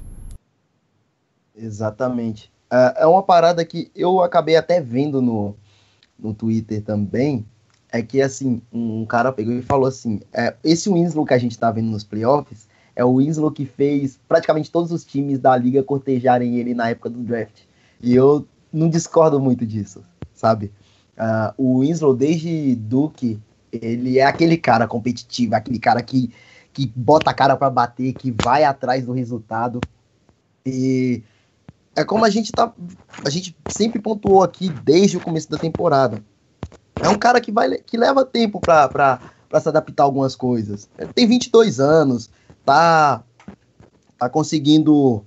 Exatamente. É uma parada que eu acabei até vendo no Twitter também. É que, assim, um cara pegou e falou assim, esse Winslow que a gente tá vendo nos playoffs é o Winslow que fez praticamente todos os times da liga cortejarem ele na época do draft. E eu não discordo muito disso, sabe? O Winslow, desde Duke, ele é aquele cara competitivo, aquele cara que bota a cara pra bater, que vai atrás do resultado. E é como a gente sempre pontuou aqui desde o começo da temporada. É um cara que leva tempo pra se adaptar a algumas coisas. Ele tem 22 anos, tá conseguindo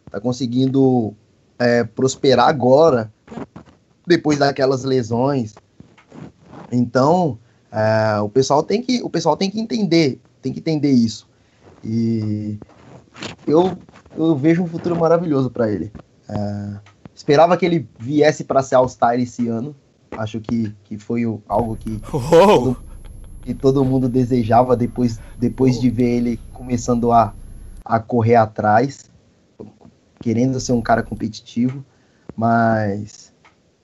prosperar agora, depois daquelas lesões. Então, o pessoal tem que entender isso. E eu vejo um futuro maravilhoso para ele. Esperava que ele viesse para ser All-Star esse ano. Acho que foi algo que todo mundo desejava depois de ver ele começando a correr atrás, querendo ser um cara competitivo. Mas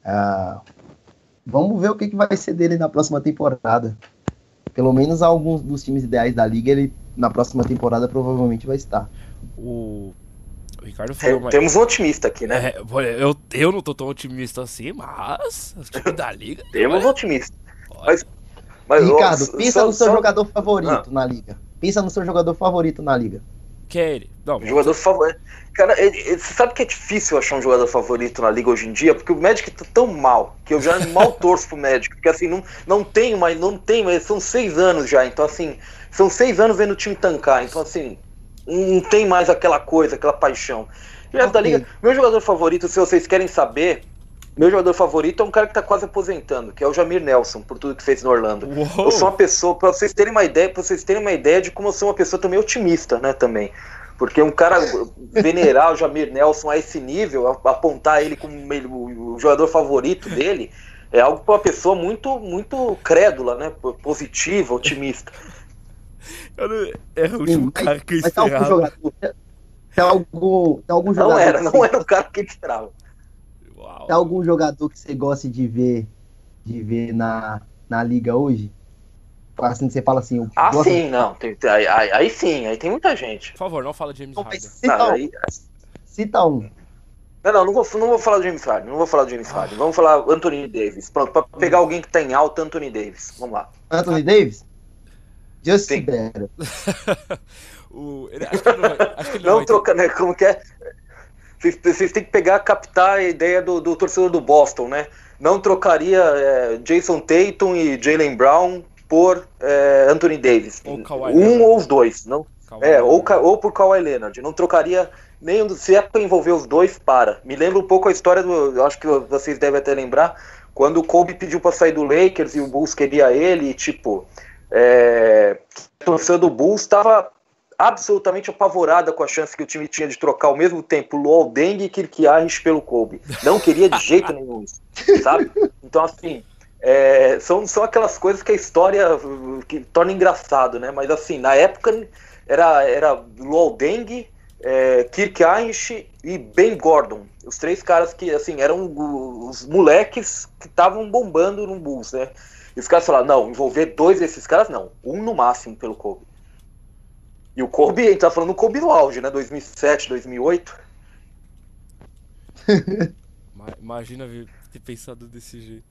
vamos ver o que vai ser dele na próxima temporada. Pelo menos alguns dos times ideais da liga, ele na próxima temporada provavelmente vai estar. O Ricardo falou, temos um otimista aqui, né? Eu não tô tão otimista assim, mas o time da liga. Temos um otimista. Mas Ricardo, pensa no seu jogador favorito na liga. Pensa no seu jogador favorito na liga. Que é ele? Não, jogador favorito. Cara, você sabe que é difícil achar um jogador favorito na liga hoje em dia, porque o Magic tá tão mal, que eu já mal torço pro Magic, porque assim, não tem mais, são 6 anos já, então assim, são 6 anos vendo o time tancar, então assim, não tem mais aquela coisa, aquela paixão. E da liga, meu jogador favorito, se vocês querem saber, meu jogador favorito é um cara que tá quase aposentando, que é o Jameer Nelson, por tudo que fez no Orlando. Uou. Eu sou uma pessoa, pra vocês terem uma ideia de como eu sou uma pessoa também otimista, né, também. Porque um cara venerar o Jameer Nelson a esse nível, apontar ele como o jogador favorito dele, é algo para uma pessoa muito, muito crédula, né, positiva, otimista. É o último cara que eu esperava. Tem algum jogador... Não era o cara que eu esperava. Uau. Tem algum jogador que você gosta de ver na liga hoje? Assim, você fala assim... sim, não. Aí sim, aí tem muita gente. Por favor, não fala de James Harden. Cita um. Não vou falar do James Harden. Vamos falar Anthony Davis. Pronto, pra pegar alguém que tá em alta, Anthony Davis. Vamos lá. Anthony Davis? Just better. Acho que ele não troca, né? Como que é? Vocês têm que captar a ideia do torcedor do Boston, né? Não trocaria Jason Tatum e Jaylen Brown por Anthony Davis. Ou Kawhi ou os dois. Não? Ou por Kawhi Leonard. Não trocaria se é pra envolver os dois, para. Me lembra um pouco a história eu acho que vocês devem até lembrar, quando o Kobe pediu pra sair do Lakers e o Bulls queria ele, e tipo, a torcida do Bulls estava absolutamente apavorada com a chance que o time tinha de trocar ao mesmo tempo Luol Deng e Kirk Harris pelo Kobe. Não queria de jeito nenhum isso, sabe? Então, assim, são aquelas coisas que a história que torna engraçado, né? Mas, assim, na época era Luol Deng, Kirk Harris e Ben Gordon. Os três caras que, assim, eram os moleques que estavam bombando no Bulls, né? E os caras falaram, não, envolver dois desses caras, não. Um no máximo pelo Kobe. E o Kobe, a gente tá falando do Kobe no auge, né? 2007, 2008. Imagina ter pensado desse jeito.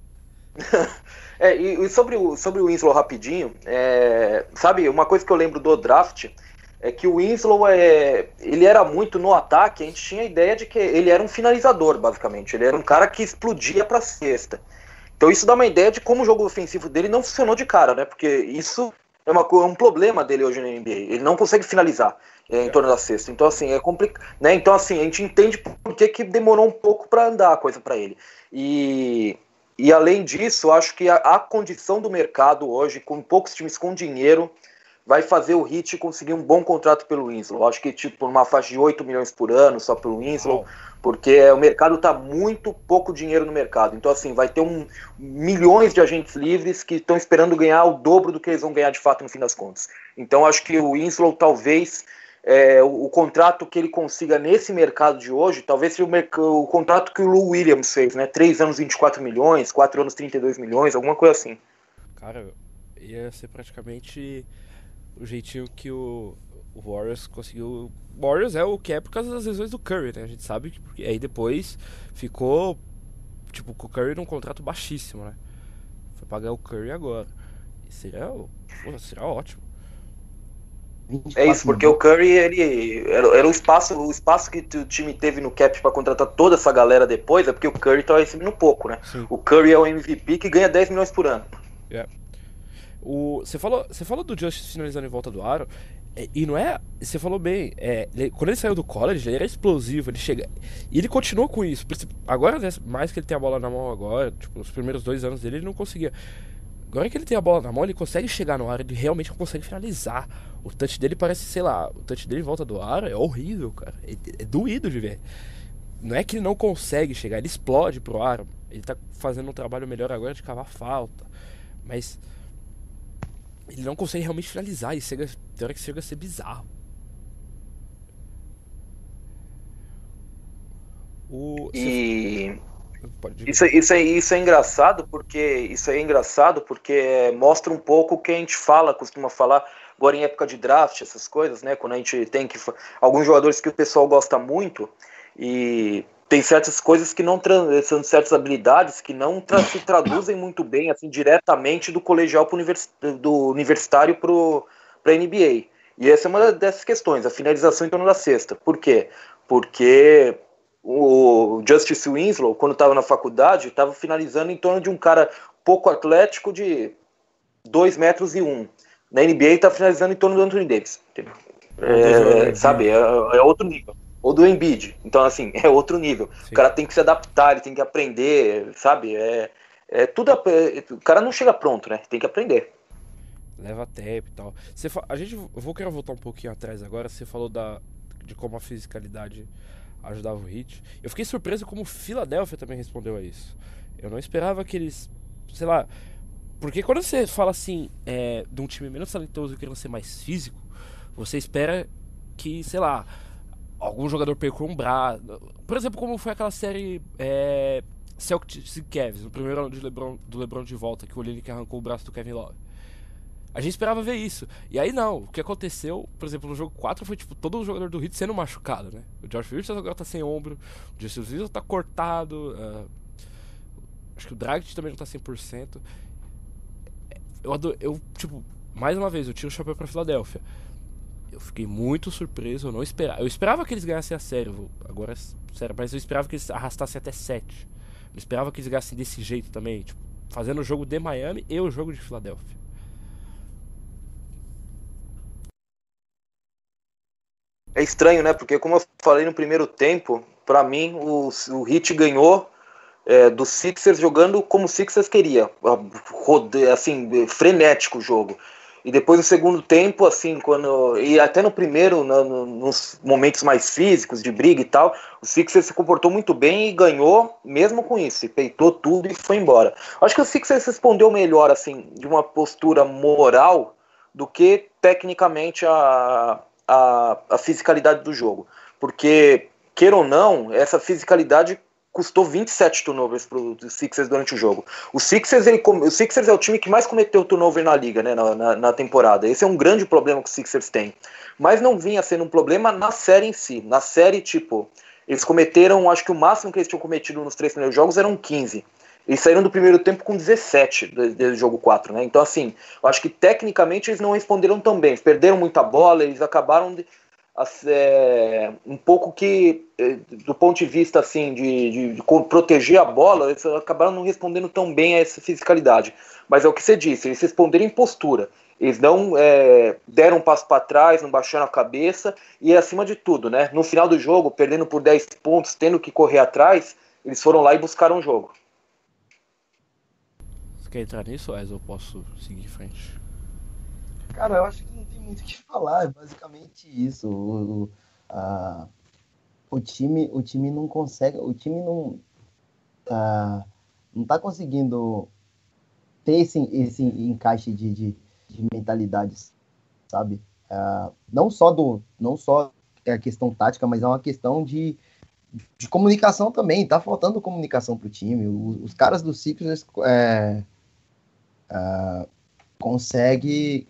E sobre o Winslow rapidinho, sabe, uma coisa que eu lembro do draft é que o Winslow, ele era muito no ataque, a gente tinha a ideia de que ele era um finalizador, basicamente. Ele era um cara que explodia pra cesta. Então isso dá uma ideia de como o jogo ofensivo dele não funcionou de cara, né? Porque isso é um problema dele hoje na NBA. Ele não consegue finalizar em torno da cesta. Então, assim, é complicado. Né? Então, assim, a gente entende por que demorou um pouco para andar a coisa para ele. E além disso, eu acho que a condição do mercado hoje, com poucos times com dinheiro, vai fazer o Heat conseguir um bom contrato pelo Winslow. Eu acho que tipo uma faixa de 8 milhões por ano só pelo Winslow, porque o mercado está muito pouco dinheiro no mercado. Então, assim, vai ter milhões de agentes livres que estão esperando ganhar o dobro do que eles vão ganhar de fato no fim das contas. Então, acho que o Winslow talvez, o contrato que ele consiga nesse mercado de hoje, talvez seja o contrato que o Lou Williams fez, né? 3 anos 24 milhões, 4 anos 32 milhões, alguma coisa assim. Cara, ia ser praticamente o jeitinho que o Warriors conseguiu. O Warriors é o que é por causa das lesões do Curry, né? A gente sabe que porque aí depois ficou tipo com o Curry num contrato baixíssimo, né? Foi pagar o Curry agora. E seria ótimo. É isso, porque o Curry ele era o espaço que o time teve no cap para contratar toda essa galera depois, é porque o Curry tá recebendo pouco, né? Sim. O Curry é o MVP que ganha 10 milhões por ano. Você falou do Justice finalizando em volta do aro, e não é. Você falou bem, quando ele saiu do college, ele era explosivo, ele chega. E ele continuou com isso. Agora, mais que ele tem a bola na mão agora, tipo, os primeiros 2 anos dele, ele não conseguia. Agora que ele tem a bola na mão, ele consegue chegar no ar, ele realmente consegue finalizar. O touch dele parece, sei lá, o touch dele em volta do aro é horrível, cara. É doído de ver. Não é que ele não consegue chegar, ele explode pro aro. Ele tá fazendo um trabalho melhor agora de cavar falta. Mas ele não consegue realmente finalizar. E tem hora que chega a ser bizarro. Isso é engraçado porque mostra um pouco o que a gente costuma falar agora em época de draft, essas coisas, né? Quando a gente tem alguns jogadores que o pessoal gosta muito e tem certas coisas que não são certas habilidades que não se traduzem muito bem assim diretamente do colegial do universitário para NBA. E essa é uma dessas questões, a finalização em torno da cesta. Por quê? Porque o Justice Winslow, quando estava na faculdade, estava finalizando em torno de um cara pouco atlético de 2,1 metros. Na NBA está finalizando em torno do Anthony Davis. Sabe, é outro nível. Ou do Embiid. Então, assim, é outro nível. Sim. O cara tem que se adaptar, ele tem que aprender, sabe? O cara não chega pronto, né? Tem que aprender. Leva tempo e tal. Eu quero voltar um pouquinho atrás agora. Você falou de como a fisicalidade ajudava o Heat. Eu fiquei surpreso como o Philadelphia também respondeu a isso. Eu não esperava que eles, sei lá, porque quando você fala assim de um time menos talentoso querendo ser mais físico, você espera que, sei lá, algum jogador perca um braço. Por exemplo, como foi aquela série Celtics e Cavs, no primeiro ano do LeBron de volta, que o Olynyk arrancou o braço do Kevin Love. A gente esperava ver isso. E aí não, o que aconteceu, por exemplo, no jogo 4 foi tipo todo o jogador do Heat sendo machucado, né? O Josh Richardson agora tá sem ombro, o Justice Winslow tá cortado, acho que o Dragic também não tá 100%. Eu tipo, mais uma vez, eu tiro o chapéu pra Filadélfia. Eu fiquei muito surpreso, eu esperava que eles ganhassem a série, agora, sério, mas eu esperava que eles arrastassem até 7. Eu esperava que eles ganhassem desse jeito também, tipo, fazendo o jogo de Miami e o jogo de Filadélfia. É estranho, né? Porque como eu falei no primeiro tempo, pra mim o Heat ganhou do Sixers jogando como o Sixers queria, assim, frenético o jogo. E depois no segundo tempo, assim, e até no primeiro, nos momentos mais físicos, de briga e tal, o Sixers se comportou muito bem e ganhou mesmo com isso, e peitou tudo e foi embora. Acho que o Sixers respondeu melhor, assim, de uma postura moral do que tecnicamente a fisicalidade do jogo. Porque, queira ou não, essa fisicalidade custou 27 turnovers para o Sixers durante o jogo. O Sixers é o time que mais cometeu turnover na liga, né, na temporada. Esse é um grande problema que o Sixers tem. Mas não vinha sendo um problema na série em si. Na série, tipo, eles cometeram, acho que o máximo que eles tinham cometido nos 3 primeiros jogos eram 15. Eles saíram do primeiro tempo com 17 do jogo 4, né? Então, assim, eu acho que tecnicamente eles não responderam tão bem. Eles perderam muita bola, eles acabaram um pouco que, do ponto de vista assim, de proteger a bola, eles acabaram não respondendo tão bem a essa fisicalidade. Mas é o que você disse, eles responderam em postura. Eles não deram um passo para trás, não baixaram a cabeça e, acima de tudo, né, no final do jogo, perdendo por 10 pontos, tendo que correr atrás, eles foram lá e buscaram o jogo. Você quer entrar nisso, Wes, ou posso seguir em frente? Cara, eu acho que não tem muito o que falar, é basicamente isso. O time não consegue, o time não tá conseguindo ter esse encaixe de mentalidades, sabe? Não só a questão tática, mas é uma questão de comunicação também. Tá faltando comunicação pro time. Os caras do Sixers conseguem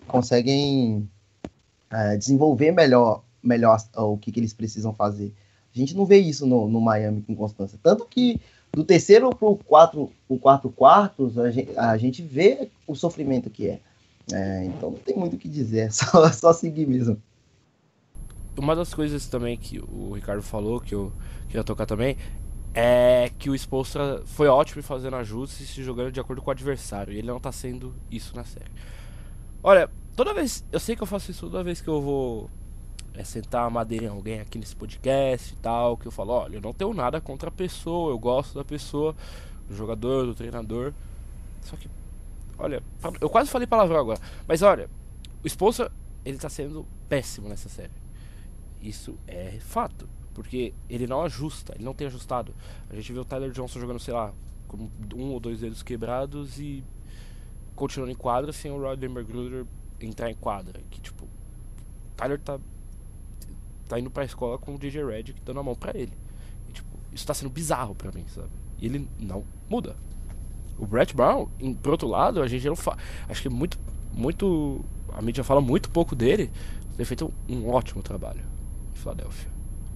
desenvolver melhor o que eles precisam fazer. A gente não vê isso no Miami com constância. Tanto que do terceiro para o quarto quartos, a gente vê o sofrimento que é. Então não tem muito o que dizer, é só seguir mesmo. Uma das coisas também que o Ricardo falou, que eu queria tocar também, é que o Spoelstra foi ótimo em fazendo ajustes e se jogando de acordo com o adversário. E ele não tá sendo isso na série. Olha, toda vez, eu sei que eu faço isso toda vez que eu vou sentar a madeira em alguém aqui nesse podcast e tal, que eu falo, olha, eu não tenho nada contra a pessoa, eu gosto da pessoa, do jogador, do treinador. Só que, olha, eu quase falei palavrão agora, mas olha, o Spoelstra, ele tá sendo péssimo nessa série. Isso é fato, porque ele não ajusta, ele não tem ajustado. A gente vê o Tyler Johnson jogando, sei lá, com 1 ou 2 dedos quebrados e continuando em quadra sem o Rodney McGruder entrar em quadra. Que tipo, o Tyler tá indo pra escola com o DJ Redick dando a mão pra ele. E, tipo, isso tá sendo bizarro pra mim, sabe? E ele não muda. O Brett Brown, por outro lado, a gente não fala. Acho que muito. A mídia fala muito pouco dele. Tem feito um ótimo trabalho em Filadélfia.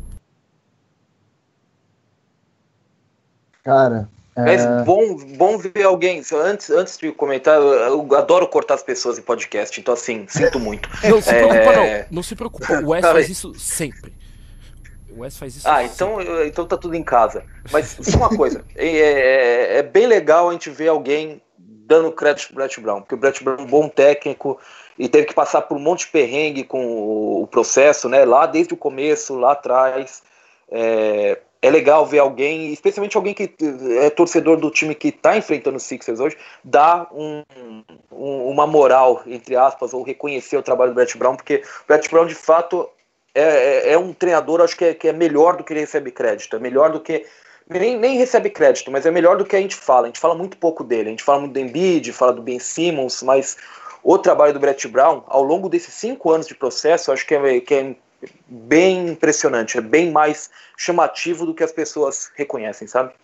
Cara. Mas bom ver alguém. Antes de comentar, eu adoro cortar as pessoas em podcast, então assim, sinto muito. Não se preocupa, não. Não se preocupa. O Wes faz isso sempre. O Wes faz isso sempre. Então tá tudo em casa. Mas só uma coisa. É bem legal a gente ver alguém dando crédito pro Brett Brown, porque o Brett Brown é um bom técnico e teve que passar por um monte de perrengue com o processo, né? Lá desde o começo, lá atrás. É legal ver alguém, especialmente alguém que é torcedor do time que está enfrentando os Sixers hoje, dar uma moral, entre aspas, ou reconhecer o trabalho do Brett Brown, porque o Brett Brown, de fato, é um treinador, acho que é melhor do que ele recebe crédito, é melhor do que... Nem recebe crédito, mas é melhor do que a gente fala muito pouco dele, a gente fala muito do Embiid, fala do Ben Simmons, mas o trabalho do Brett Brown, ao longo desses 5 anos de processo, acho que é bem impressionante, é bem mais chamativo do que as pessoas reconhecem, sabe?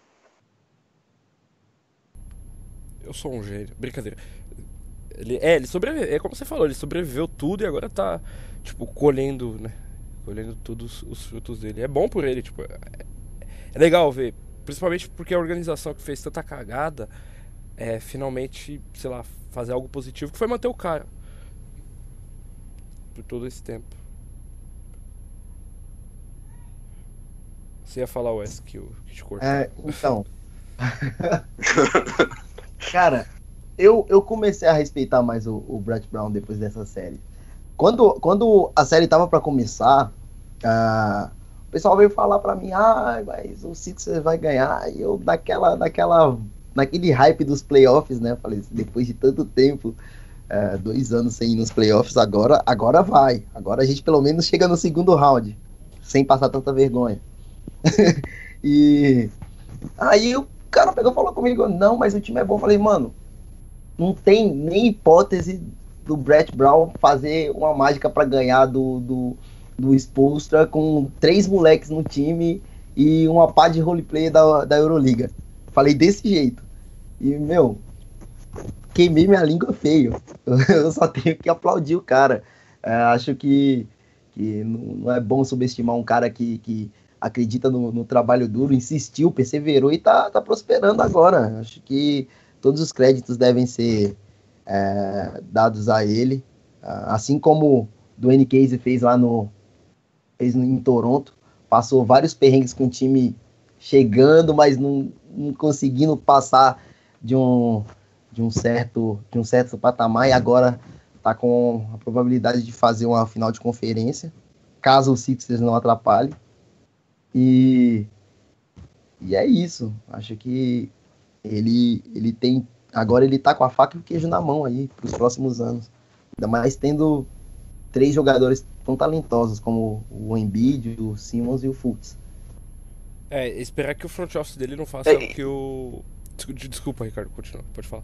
Eu sou um gênio, brincadeira. Ele sobreviveu, é como você falou, ele sobreviveu tudo e agora tá, tipo, colhendo, né? Colhendo todos os frutos dele. É bom por ele, tipo, é legal ver, principalmente porque a organização que fez tanta cagada finalmente, sei lá, fazer algo positivo, que foi manter o cara por todo esse tempo. Você ia falar, Wes, que te cortou. Então. Cara, eu comecei a respeitar mais o Brett Brown depois dessa série. Quando a série tava pra começar, O pessoal veio falar pra mim, mas o Sixers vai ganhar. E eu, naquele hype dos playoffs, né? Falei, depois de tanto tempo, 2 anos sem ir nos playoffs, agora vai. Agora a gente pelo menos chega no segundo round, sem passar tanta vergonha. E aí o cara pegou e falou comigo, não, mas o time é bom. Eu falei, mano, não tem nem hipótese do Brett Brown fazer uma mágica pra ganhar do Spoelstra com 3 moleques no time e uma pá de roleplay da Euroliga. Falei desse jeito. E, meu, queimei minha língua feio. Eu só tenho que aplaudir o cara. Acho que não é bom subestimar um cara que acredita no trabalho duro, insistiu, perseverou e tá prosperando agora. Acho que todos os créditos devem ser dados a ele. Assim como Dwayne Casey fez em Toronto, passou vários perrengues com o time chegando, mas não conseguindo passar de um certo patamar, e agora está com a probabilidade de fazer uma final de conferência, caso o Sixers não atrapalhe. E é isso. Acho que ele tem. Agora ele tá com a faca e o queijo na mão aí para os próximos anos. Ainda mais tendo 3 jogadores tão talentosos como o Embiid, o Simmons e o Fultz. Esperar que o front office dele não faça o que o... Desculpa, Ricardo, continua, pode falar.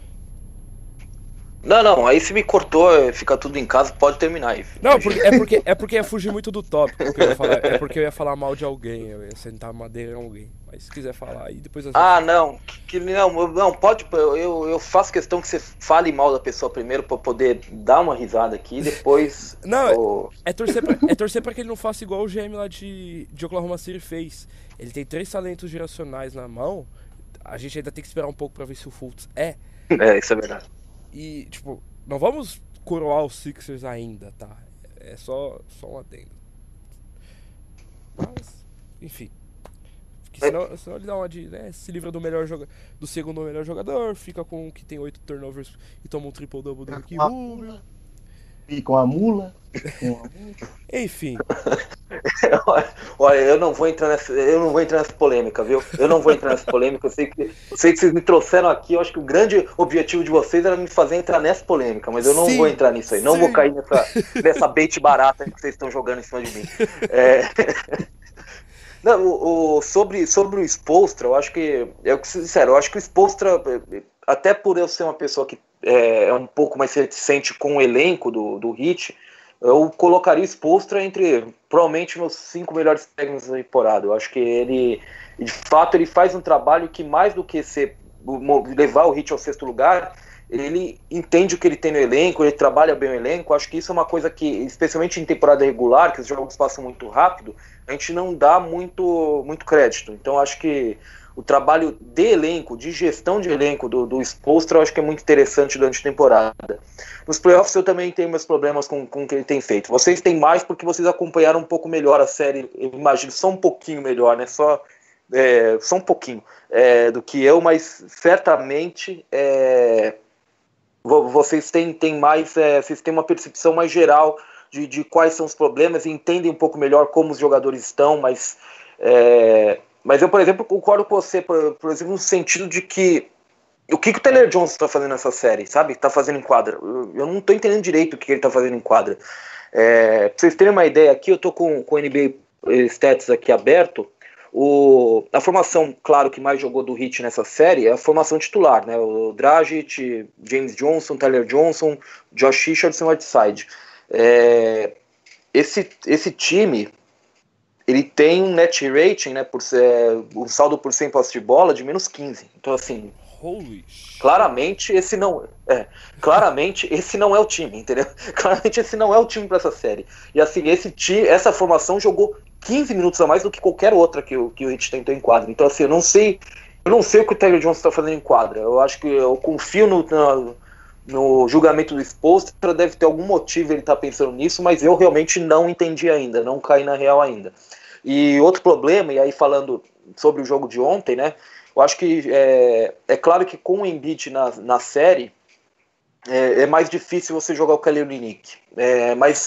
Não, aí se me cortou, fica tudo em casa, pode terminar aí. Não, é porque ia fugir muito do tópico que eu ia falar. É porque eu ia falar mal de alguém, eu ia sentar madeira em alguém. Mas se quiser falar aí, depois... Não, pode, eu faço questão que você fale mal da pessoa primeiro pra poder dar uma risada aqui, depois... Não, é torcer pra que ele não faça igual o GM lá de Oklahoma City fez. Ele tem 3 talentos geracionais na mão, a gente ainda tem que esperar um pouco pra ver se o Fultz isso é verdade. E, tipo, não vamos coroar os Sixers ainda, tá? É só um adendo. Mas, enfim. Porque senão ele dá uma de... Né, se livra do segundo melhor jogador, fica com o que tem 8 turnovers e toma um triple-double do Ricky Rubio. E com a mula. Enfim. Olha, eu não vou entrar nessa polêmica, viu? Eu não vou entrar nessa polêmica. Eu sei que vocês me trouxeram aqui. Eu acho que o grande objetivo de vocês era me fazer entrar nessa polêmica, mas eu não vou entrar nisso aí. Não vou cair nessa bait barata que vocês estão jogando em cima de mim. Não, sobre o Spoelstra, eu acho que eu acho que o Spoelstra, até por eu ser uma pessoa que é um pouco mais reticente com o elenco do Heat, eu colocaria o Spoelstra entre provavelmente meus 5 melhores técnicos da temporada. Eu acho que ele, de fato, ele faz um trabalho que, mais do que levar o Heat ao 6º lugar, ele entende o que ele tem no elenco, ele trabalha bem o elenco. Eu acho que isso é uma coisa que, especialmente em temporada regular, que os jogos passam muito rápido, a gente não dá muito crédito. Então eu acho que o trabalho de elenco, de gestão de elenco do Spoelstra, eu acho que é muito interessante durante a temporada. Nos playoffs eu também tenho meus problemas com o que ele tem feito. Vocês têm mais porque vocês acompanharam um pouco melhor a série, eu imagino, só um pouquinho melhor, né? Só um pouquinho do que eu, mas certamente vocês têm mais, vocês têm uma percepção mais geral de quais são os problemas e entendem um pouco melhor como os jogadores estão, mas eu, por exemplo, concordo com você, por exemplo, no sentido de que o que o Tyler Johnson está fazendo nessa série, sabe? Está fazendo em quadra. Eu não estou entendendo direito o que ele está fazendo em quadra. Pra vocês terem uma ideia aqui, eu estou com o NBA Stats aqui aberto. A formação, claro, que mais jogou do Heat nessa série é a formação titular, né? O Dragic, James Johnson, Tyler Johnson, Josh Richardson e Whiteside. Esse time... ele tem um net rating, né, um saldo por 100 posse de bola de menos 15. Então, assim, claramente esse não é o time, entendeu? Claramente esse não é o time para essa série. E assim, essa formação jogou 15 minutos a mais do que qualquer outra que o Heat tentou em quadra. Então, assim, eu não sei o que o Tyler Johnson está fazendo em quadra. Eu acho que eu confio no julgamento do Spoelstra, deve ter algum motivo ele estar pensando nisso, mas eu realmente não entendi ainda, não caí na real ainda. E outro problema, e aí falando sobre o jogo de ontem, né, eu acho que é claro que com o Embiid na série é mais difícil você jogar o Kelly Olynyk, mas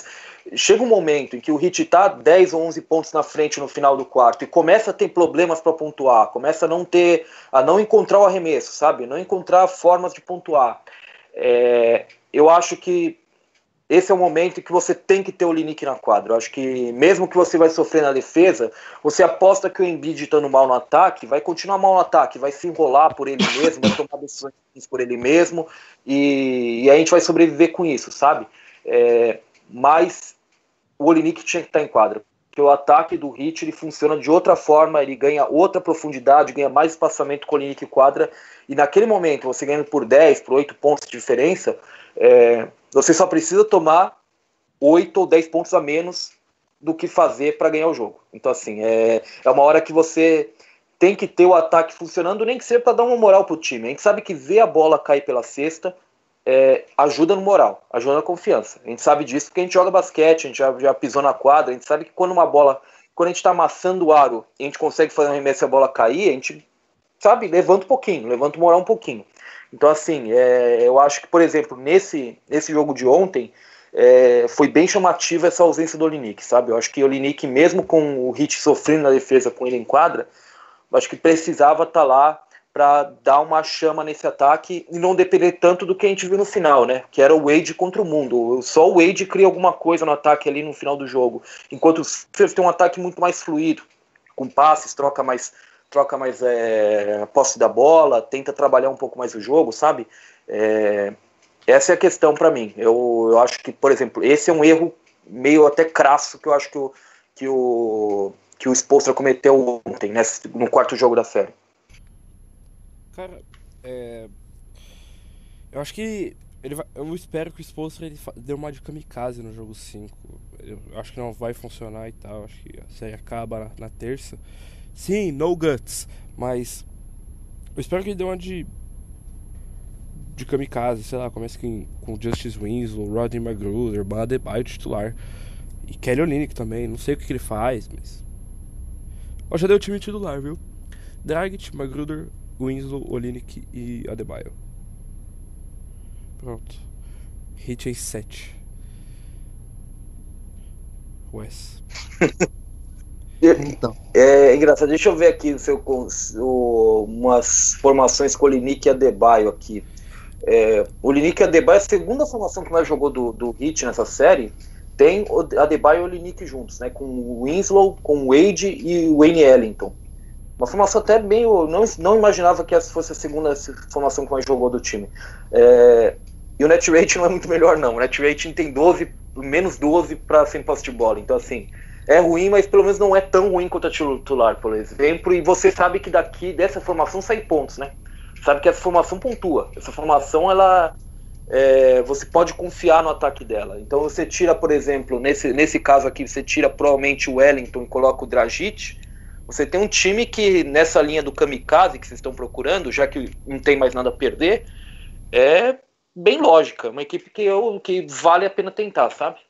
chega um momento em que o Heat tá 10 ou 11 pontos na frente no final do quarto e começa a ter problemas para pontuar, começa a não encontrar o arremesso, sabe? Não encontrar formas de pontuar. Eu acho que esse é o momento em que você tem que ter o Olynyk na quadra. Eu acho que mesmo que você vai sofrer na defesa, você aposta que o Embiid estando mal no ataque, vai continuar mal no ataque, vai se enrolar por ele mesmo, vai tomar decisões por ele mesmo, e a gente vai sobreviver com isso, sabe? Mas o Olynyk tinha que estar em quadra, porque o ataque do Heat ele funciona de outra forma, ele ganha outra profundidade, ganha mais espaçamento com o Olynyk em quadra, e naquele momento, você ganhando por 10, por 8 pontos de diferença, você só precisa tomar 8 ou 10 pontos a menos do que fazer para ganhar o jogo. Então, assim, é uma hora que você tem que ter o ataque funcionando, nem que seja para dar uma moral pro time. A gente sabe que ver a bola cair pela cesta ajuda no moral, ajuda na confiança. A gente sabe disso porque a gente joga basquete, a gente já pisou na quadra, a gente sabe que quando a gente está amassando o aro e a gente consegue fazer um arremesso e a bola cair, a gente, sabe, levanta um pouquinho, levanta o moral um pouquinho. Então, assim, eu acho que, por exemplo, nesse jogo de ontem, foi bem chamativa essa ausência do Olynyk, sabe? Eu acho que o Olynyk, mesmo com o Heat sofrendo na defesa com ele em quadra, eu acho que precisava estar lá para dar uma chama nesse ataque e não depender tanto do que a gente viu no final, né? Que era o Wade contra o mundo. Só o Wade cria alguma coisa no ataque ali no final do jogo. Enquanto você tem um ataque muito mais fluido, com passes, troca mais a posse da bola, tenta trabalhar um pouco mais o jogo, sabe? Essa é a questão para mim. Eu acho que, por exemplo, esse é um erro meio até crasso que eu acho que o Spoelstra cometeu ontem, né, no quarto jogo da série. Cara, eu acho que eu espero que o Spoelstra ele dê uma de kamikaze no jogo 5. Eu acho que não vai funcionar e tal. Acho que a série acaba na terça. Sim, no guts, mas eu espero que ele dê uma de kamikaze, sei lá, comece com Justice Winslow, Rodney McGruder, Bam Adebayo titular e Kelly Olynyk também, não sei o que ele faz, mas já deu o time titular, viu? Dragic, McGruder, Winslow, Olynyk e Adebayo. Pronto. Heat em 7. Wes. Então. É engraçado, deixa eu ver aqui umas formações com o Olynyk e Adebayo aqui. O Olynyk e Adebayo, a segunda formação que mais jogou do Heat nessa série, tem o Adebayo e o Olynyk juntos, né? Com o Winslow, com o Wade e o Wayne Ellington. Uma formação até meio... Não imaginava que essa fosse a segunda formação que mais jogou do time. E o net rate não é muito melhor, não. O net rating tem menos 12 para 100 posse de bola. Então, assim, é ruim, mas pelo menos não é tão ruim quanto a titular, por exemplo. E você sabe que dessa formação sai pontos, né? Sabe que essa formação pontua. Essa formação, você pode confiar no ataque dela. Então você tira, por exemplo, nesse caso aqui, você tira provavelmente o Wellington e coloca o Dragic. Você tem um time que, nessa linha do kamikaze que vocês estão procurando, já que não tem mais nada a perder, é bem lógica. Uma equipe que vale a pena tentar, sabe?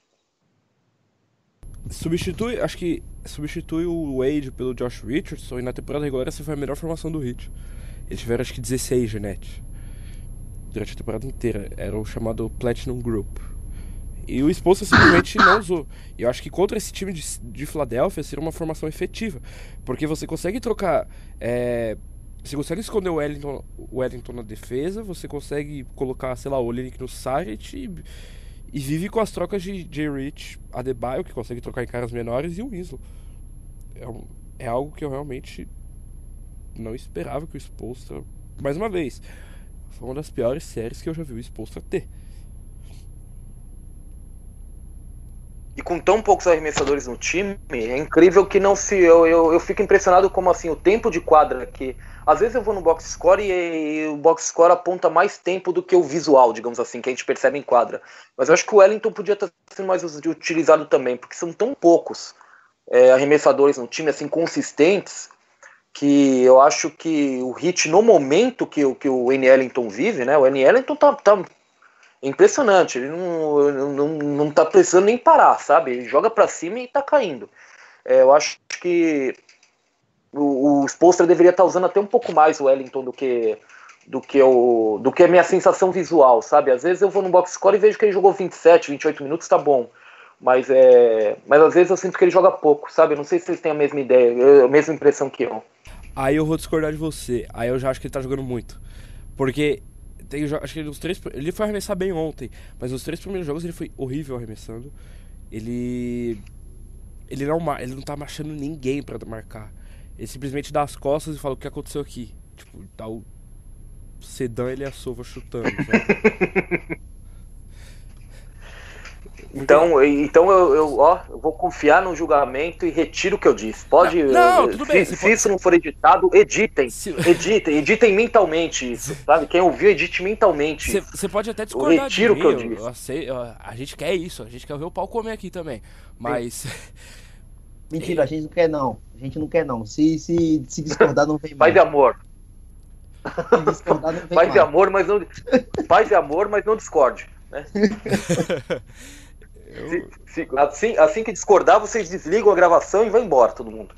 Acho que substitui o Wade pelo Josh Richardson, e na temporada regular essa foi a melhor formação do Heat. Eles tiveram acho que 16 de net durante a temporada inteira. Era o chamado Platinum Group. E o Spoelstra simplesmente não usou. E eu acho que contra esse time de Filadélfia seria uma formação efetiva. Porque você consegue trocar... você consegue esconder o Wellington na defesa, você consegue colocar, sei lá, o Olynyk no Saric e vive com as trocas de J. Rich, Adebayo, que consegue trocar em caras menores, e o Winslow. É algo que eu realmente não esperava que o Spoelstra... Mais uma vez, foi uma das piores séries que eu já vi o Spoelstra ter. E com tão poucos arremessadores no time, é incrível que não se... Eu fico impressionado como, assim, o tempo de quadra que... Às vezes eu vou no box score e o box score aponta mais tempo do que o visual, digamos assim, que a gente percebe em quadra. Mas eu acho que o Wellington podia estar sendo mais utilizado também, porque são tão poucos arremessadores no time, assim, consistentes, que eu acho que o Heat, no momento que o Wayne Ellington vive, né? O Wayne Ellington tá impressionante, ele não tá precisando nem parar, sabe? Ele joga pra cima e tá caindo. Eu acho que o Spoelstra deveria estar usando até um pouco mais o Wellington do que a minha sensação visual, sabe? Às vezes eu vou no box score e vejo que ele jogou 27, 28 minutos, tá bom. Mas às vezes eu sinto que ele joga pouco, sabe? Eu não sei se vocês têm a mesma ideia, a mesma impressão que eu. Aí eu vou discordar de você. Aí eu já acho que ele tá jogando muito. Porque acho que ele foi arremessar bem ontem, mas os 3 primeiros jogos ele foi horrível arremessando. Ele não tá achando ninguém pra marcar. Ele simplesmente dá as costas e fala: o que aconteceu aqui? Tipo, tá o Sedan ele Sova chutando, sabe? Então eu vou confiar no julgamento e retiro o que eu disse. Pode. Não, tudo bem. Se isso não for editado, editem. Se- Editem mentalmente isso, sabe? Quem ouviu, edite mentalmente isso. Você pode até discordar retiro de o mim. que eu disse. A gente quer isso, a gente quer ver o pau comer aqui também. Mas Mentira, a gente não quer não. A gente não quer não. Se discordar, não vem Paz mais. e amor. Se discordar, não vem Paz e mais. amor, mas não. Paz e amor, mas não discorde. Né? Assim que discordar, vocês desligam a gravação e vão embora, todo mundo.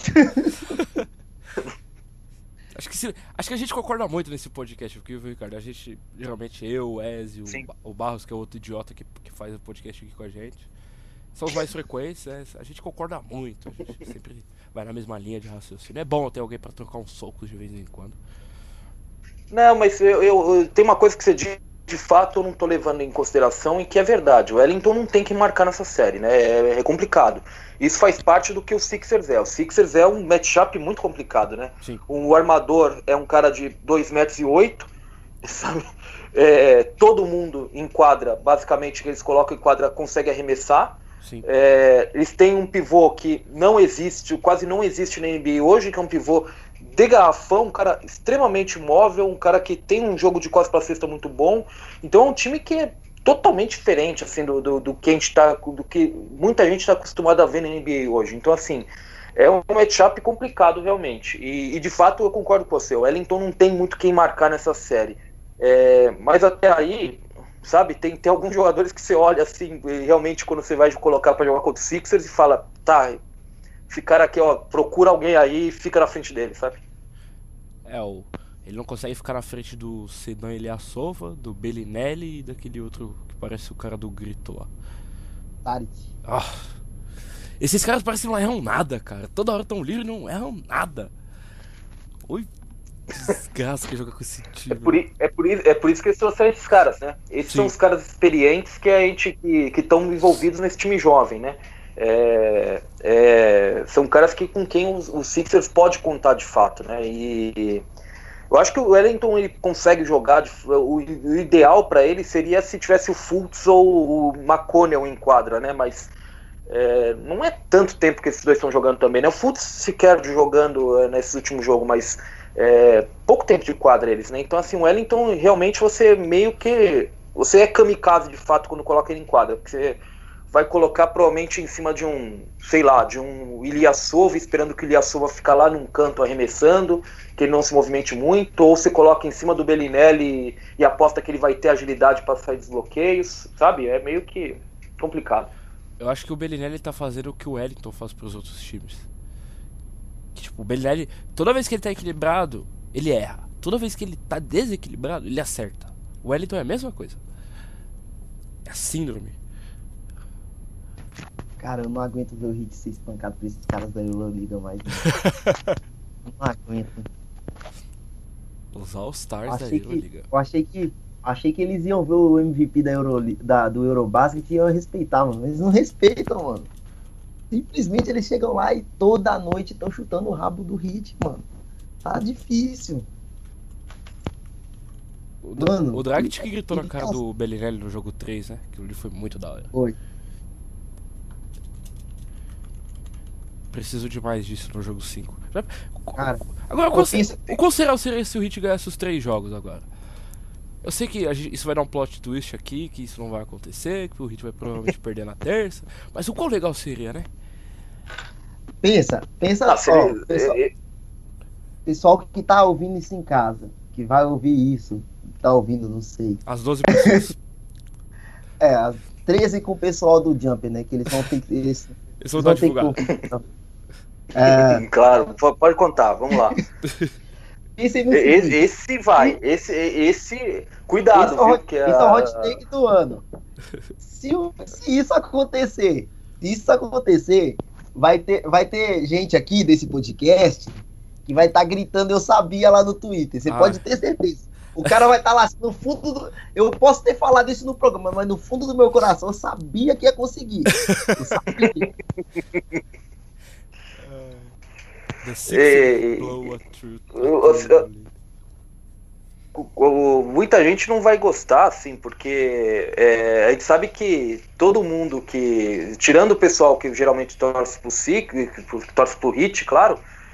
acho que a gente concorda muito nesse podcast, porque, Ricardo, a gente, geralmente eu, o Ezio, Sim. o Barros, que é outro idiota que faz o podcast aqui com a gente, são os mais frequentes, né? A gente concorda muito, a gente sempre vai na mesma linha de raciocínio. É bom ter alguém pra trocar uns socos de vez em quando. Não, mas eu tem uma coisa que você diz, de fato eu não tô levando em consideração e que é verdade. O Wellington não tem que marcar nessa série, né? É complicado. Isso faz parte do que o Sixers é. O Sixers é um matchup muito complicado, né? Sim. O armador é um cara de 2,8 metros, sabe? Todo mundo em quadra, basicamente, que eles colocam em quadra, consegue arremessar. Sim. Eles têm um pivô que não existe, quase não existe na NBA hoje, que é um pivô de garrafão, um cara extremamente móvel, um cara que tem um jogo de costas para cesta muito bom. Então é um time que é totalmente diferente assim, do que a gente tá, do que muita gente está acostumada a ver na NBA hoje. Então, assim, é um matchup complicado realmente. E de fato eu concordo com você. O Wellington não tem muito quem marcar nessa série. Mas até aí, sabe, tem alguns jogadores que você olha assim, realmente quando você vai colocar para jogar contra o Sixers e fala, tá, esse cara aqui, ó, procura alguém aí e fica na frente dele, sabe? Ele não consegue ficar na frente do Sedan Ilyasova, do Bellinelli e daquele outro que parece o cara do grito lá. Tarik. Esses caras parecem que não erram nada, cara. Toda hora tão livres e não erram nada. Oi, desgraça que joga com esse time. É por isso que eles trouxeram esses caras, né? Esses Sim. são os caras experientes que estão envolvidos nesse time jovem, né? São caras com quem os Sixers pode contar de fato, né? E eu acho que o Wellington ele consegue jogar. O ideal para ele seria se tivesse o Fultz ou o McConnell em quadra, né? Mas não é tanto tempo que esses dois estão jogando também, né? O Fultz sequer jogando nesse último jogo, mas pouco tempo de quadra eles, né? Então, assim, o Wellington realmente você meio que você é kamikaze de fato quando coloca ele em quadra, porque você vai colocar provavelmente em cima de um, sei lá, de um Ilyasova, esperando que o Ilyasova ficar lá num canto arremessando, que ele não se movimente muito, ou você coloca em cima do Bellinelli e aposta que ele vai ter agilidade para sair dos bloqueios, sabe? É meio que complicado. Eu acho que o Bellinelli tá fazendo o que o Wellington faz pros outros times. Que, tipo, o Bellinelli, toda vez que ele tá equilibrado, ele erra. Toda vez que ele tá desequilibrado, ele acerta. O Wellington é a mesma coisa. É a síndrome. Cara, eu não aguento ver o Heat ser espancado por esses caras da Euroliga mais. Não aguento. Os All-Stars da Euroliga. Eu achei que eles iam ver o MVP do Eurobasket e iam respeitar, mano. Eles não respeitam, mano. Simplesmente eles chegam lá e toda noite estão chutando o rabo do Heat, mano. Tá difícil. Mano, O Dragic que gritou na cara do Bellinelli no jogo 3, né? Aquilo ali foi muito da hora. Foi. Preciso de mais disso no jogo 5. Cara, Agora, qual seria se o Heat ganhasse os 3 jogos agora? Eu sei que isso vai dar um plot twist aqui, que isso não vai acontecer, que o Heat vai provavelmente perder na terça. Mas o quão legal seria, né? Pensa só, pessoal que tá ouvindo isso em casa, que vai ouvir isso, tá ouvindo, não sei. As 12 pessoas. As 13 com o pessoal do Jumper, né? Que eles vão ter que. Eles vão dar divulgado. Claro, pode contar, vamos lá. Pensem no seguinte, Esse vai, esse cuidado, esse é o viu? hot take do ano. Se isso acontecer, Se isso acontecer, vai ter gente aqui desse podcast que vai estar gritando eu sabia lá no Twitter. Você pode ter certeza. O cara vai estar lá no fundo do... Eu posso ter falado isso no programa, mas no fundo do meu coração eu sabia que ia conseguir. Eu sabia. The Sixers blow a truth. Muita gente não vai gostar, assim, porque a gente sabe que todo mundo que, tirando o pessoal que geralmente torce pro Heat, claro,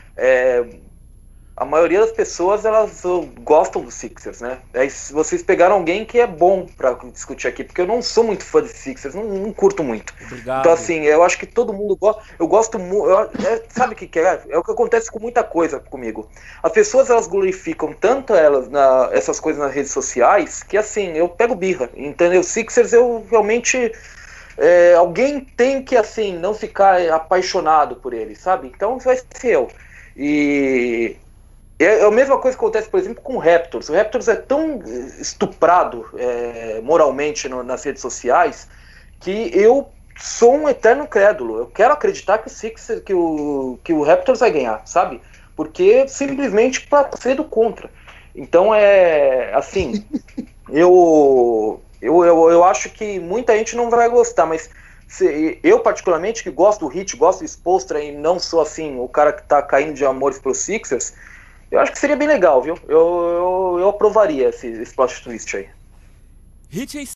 a maioria das pessoas, elas gostam dos Sixers, né? Aí vocês pegaram alguém que é bom pra discutir aqui, porque eu não sou muito fã de Sixers, não curto muito. Obrigado. Então, assim, eu acho que todo mundo gosta. Eu gosto muito. Sabe o que é? É o que acontece com muita coisa comigo. As pessoas, elas glorificam tanto essas coisas nas redes sociais, que, assim, eu pego birra. Entendeu? Sixers, eu realmente... alguém tem que, assim, não ficar apaixonado por ele, sabe? Então vai ser eu. E... é a mesma coisa que acontece, por exemplo, com o Raptors. O Raptors é tão estuprado moralmente nas redes sociais que eu sou um eterno crédulo. Eu quero acreditar que o Sixers, que o Raptors vai ganhar, sabe? Porque simplesmente para ser do contra. Então assim, eu acho que muita gente não vai gostar, mas eu particularmente, que gosto do Heat, gosto do Spoelstra e não sou assim o cara que tá caindo de amores pros Sixers, eu acho que seria bem legal, viu? Eu aprovaria esse plot twist aí. Heat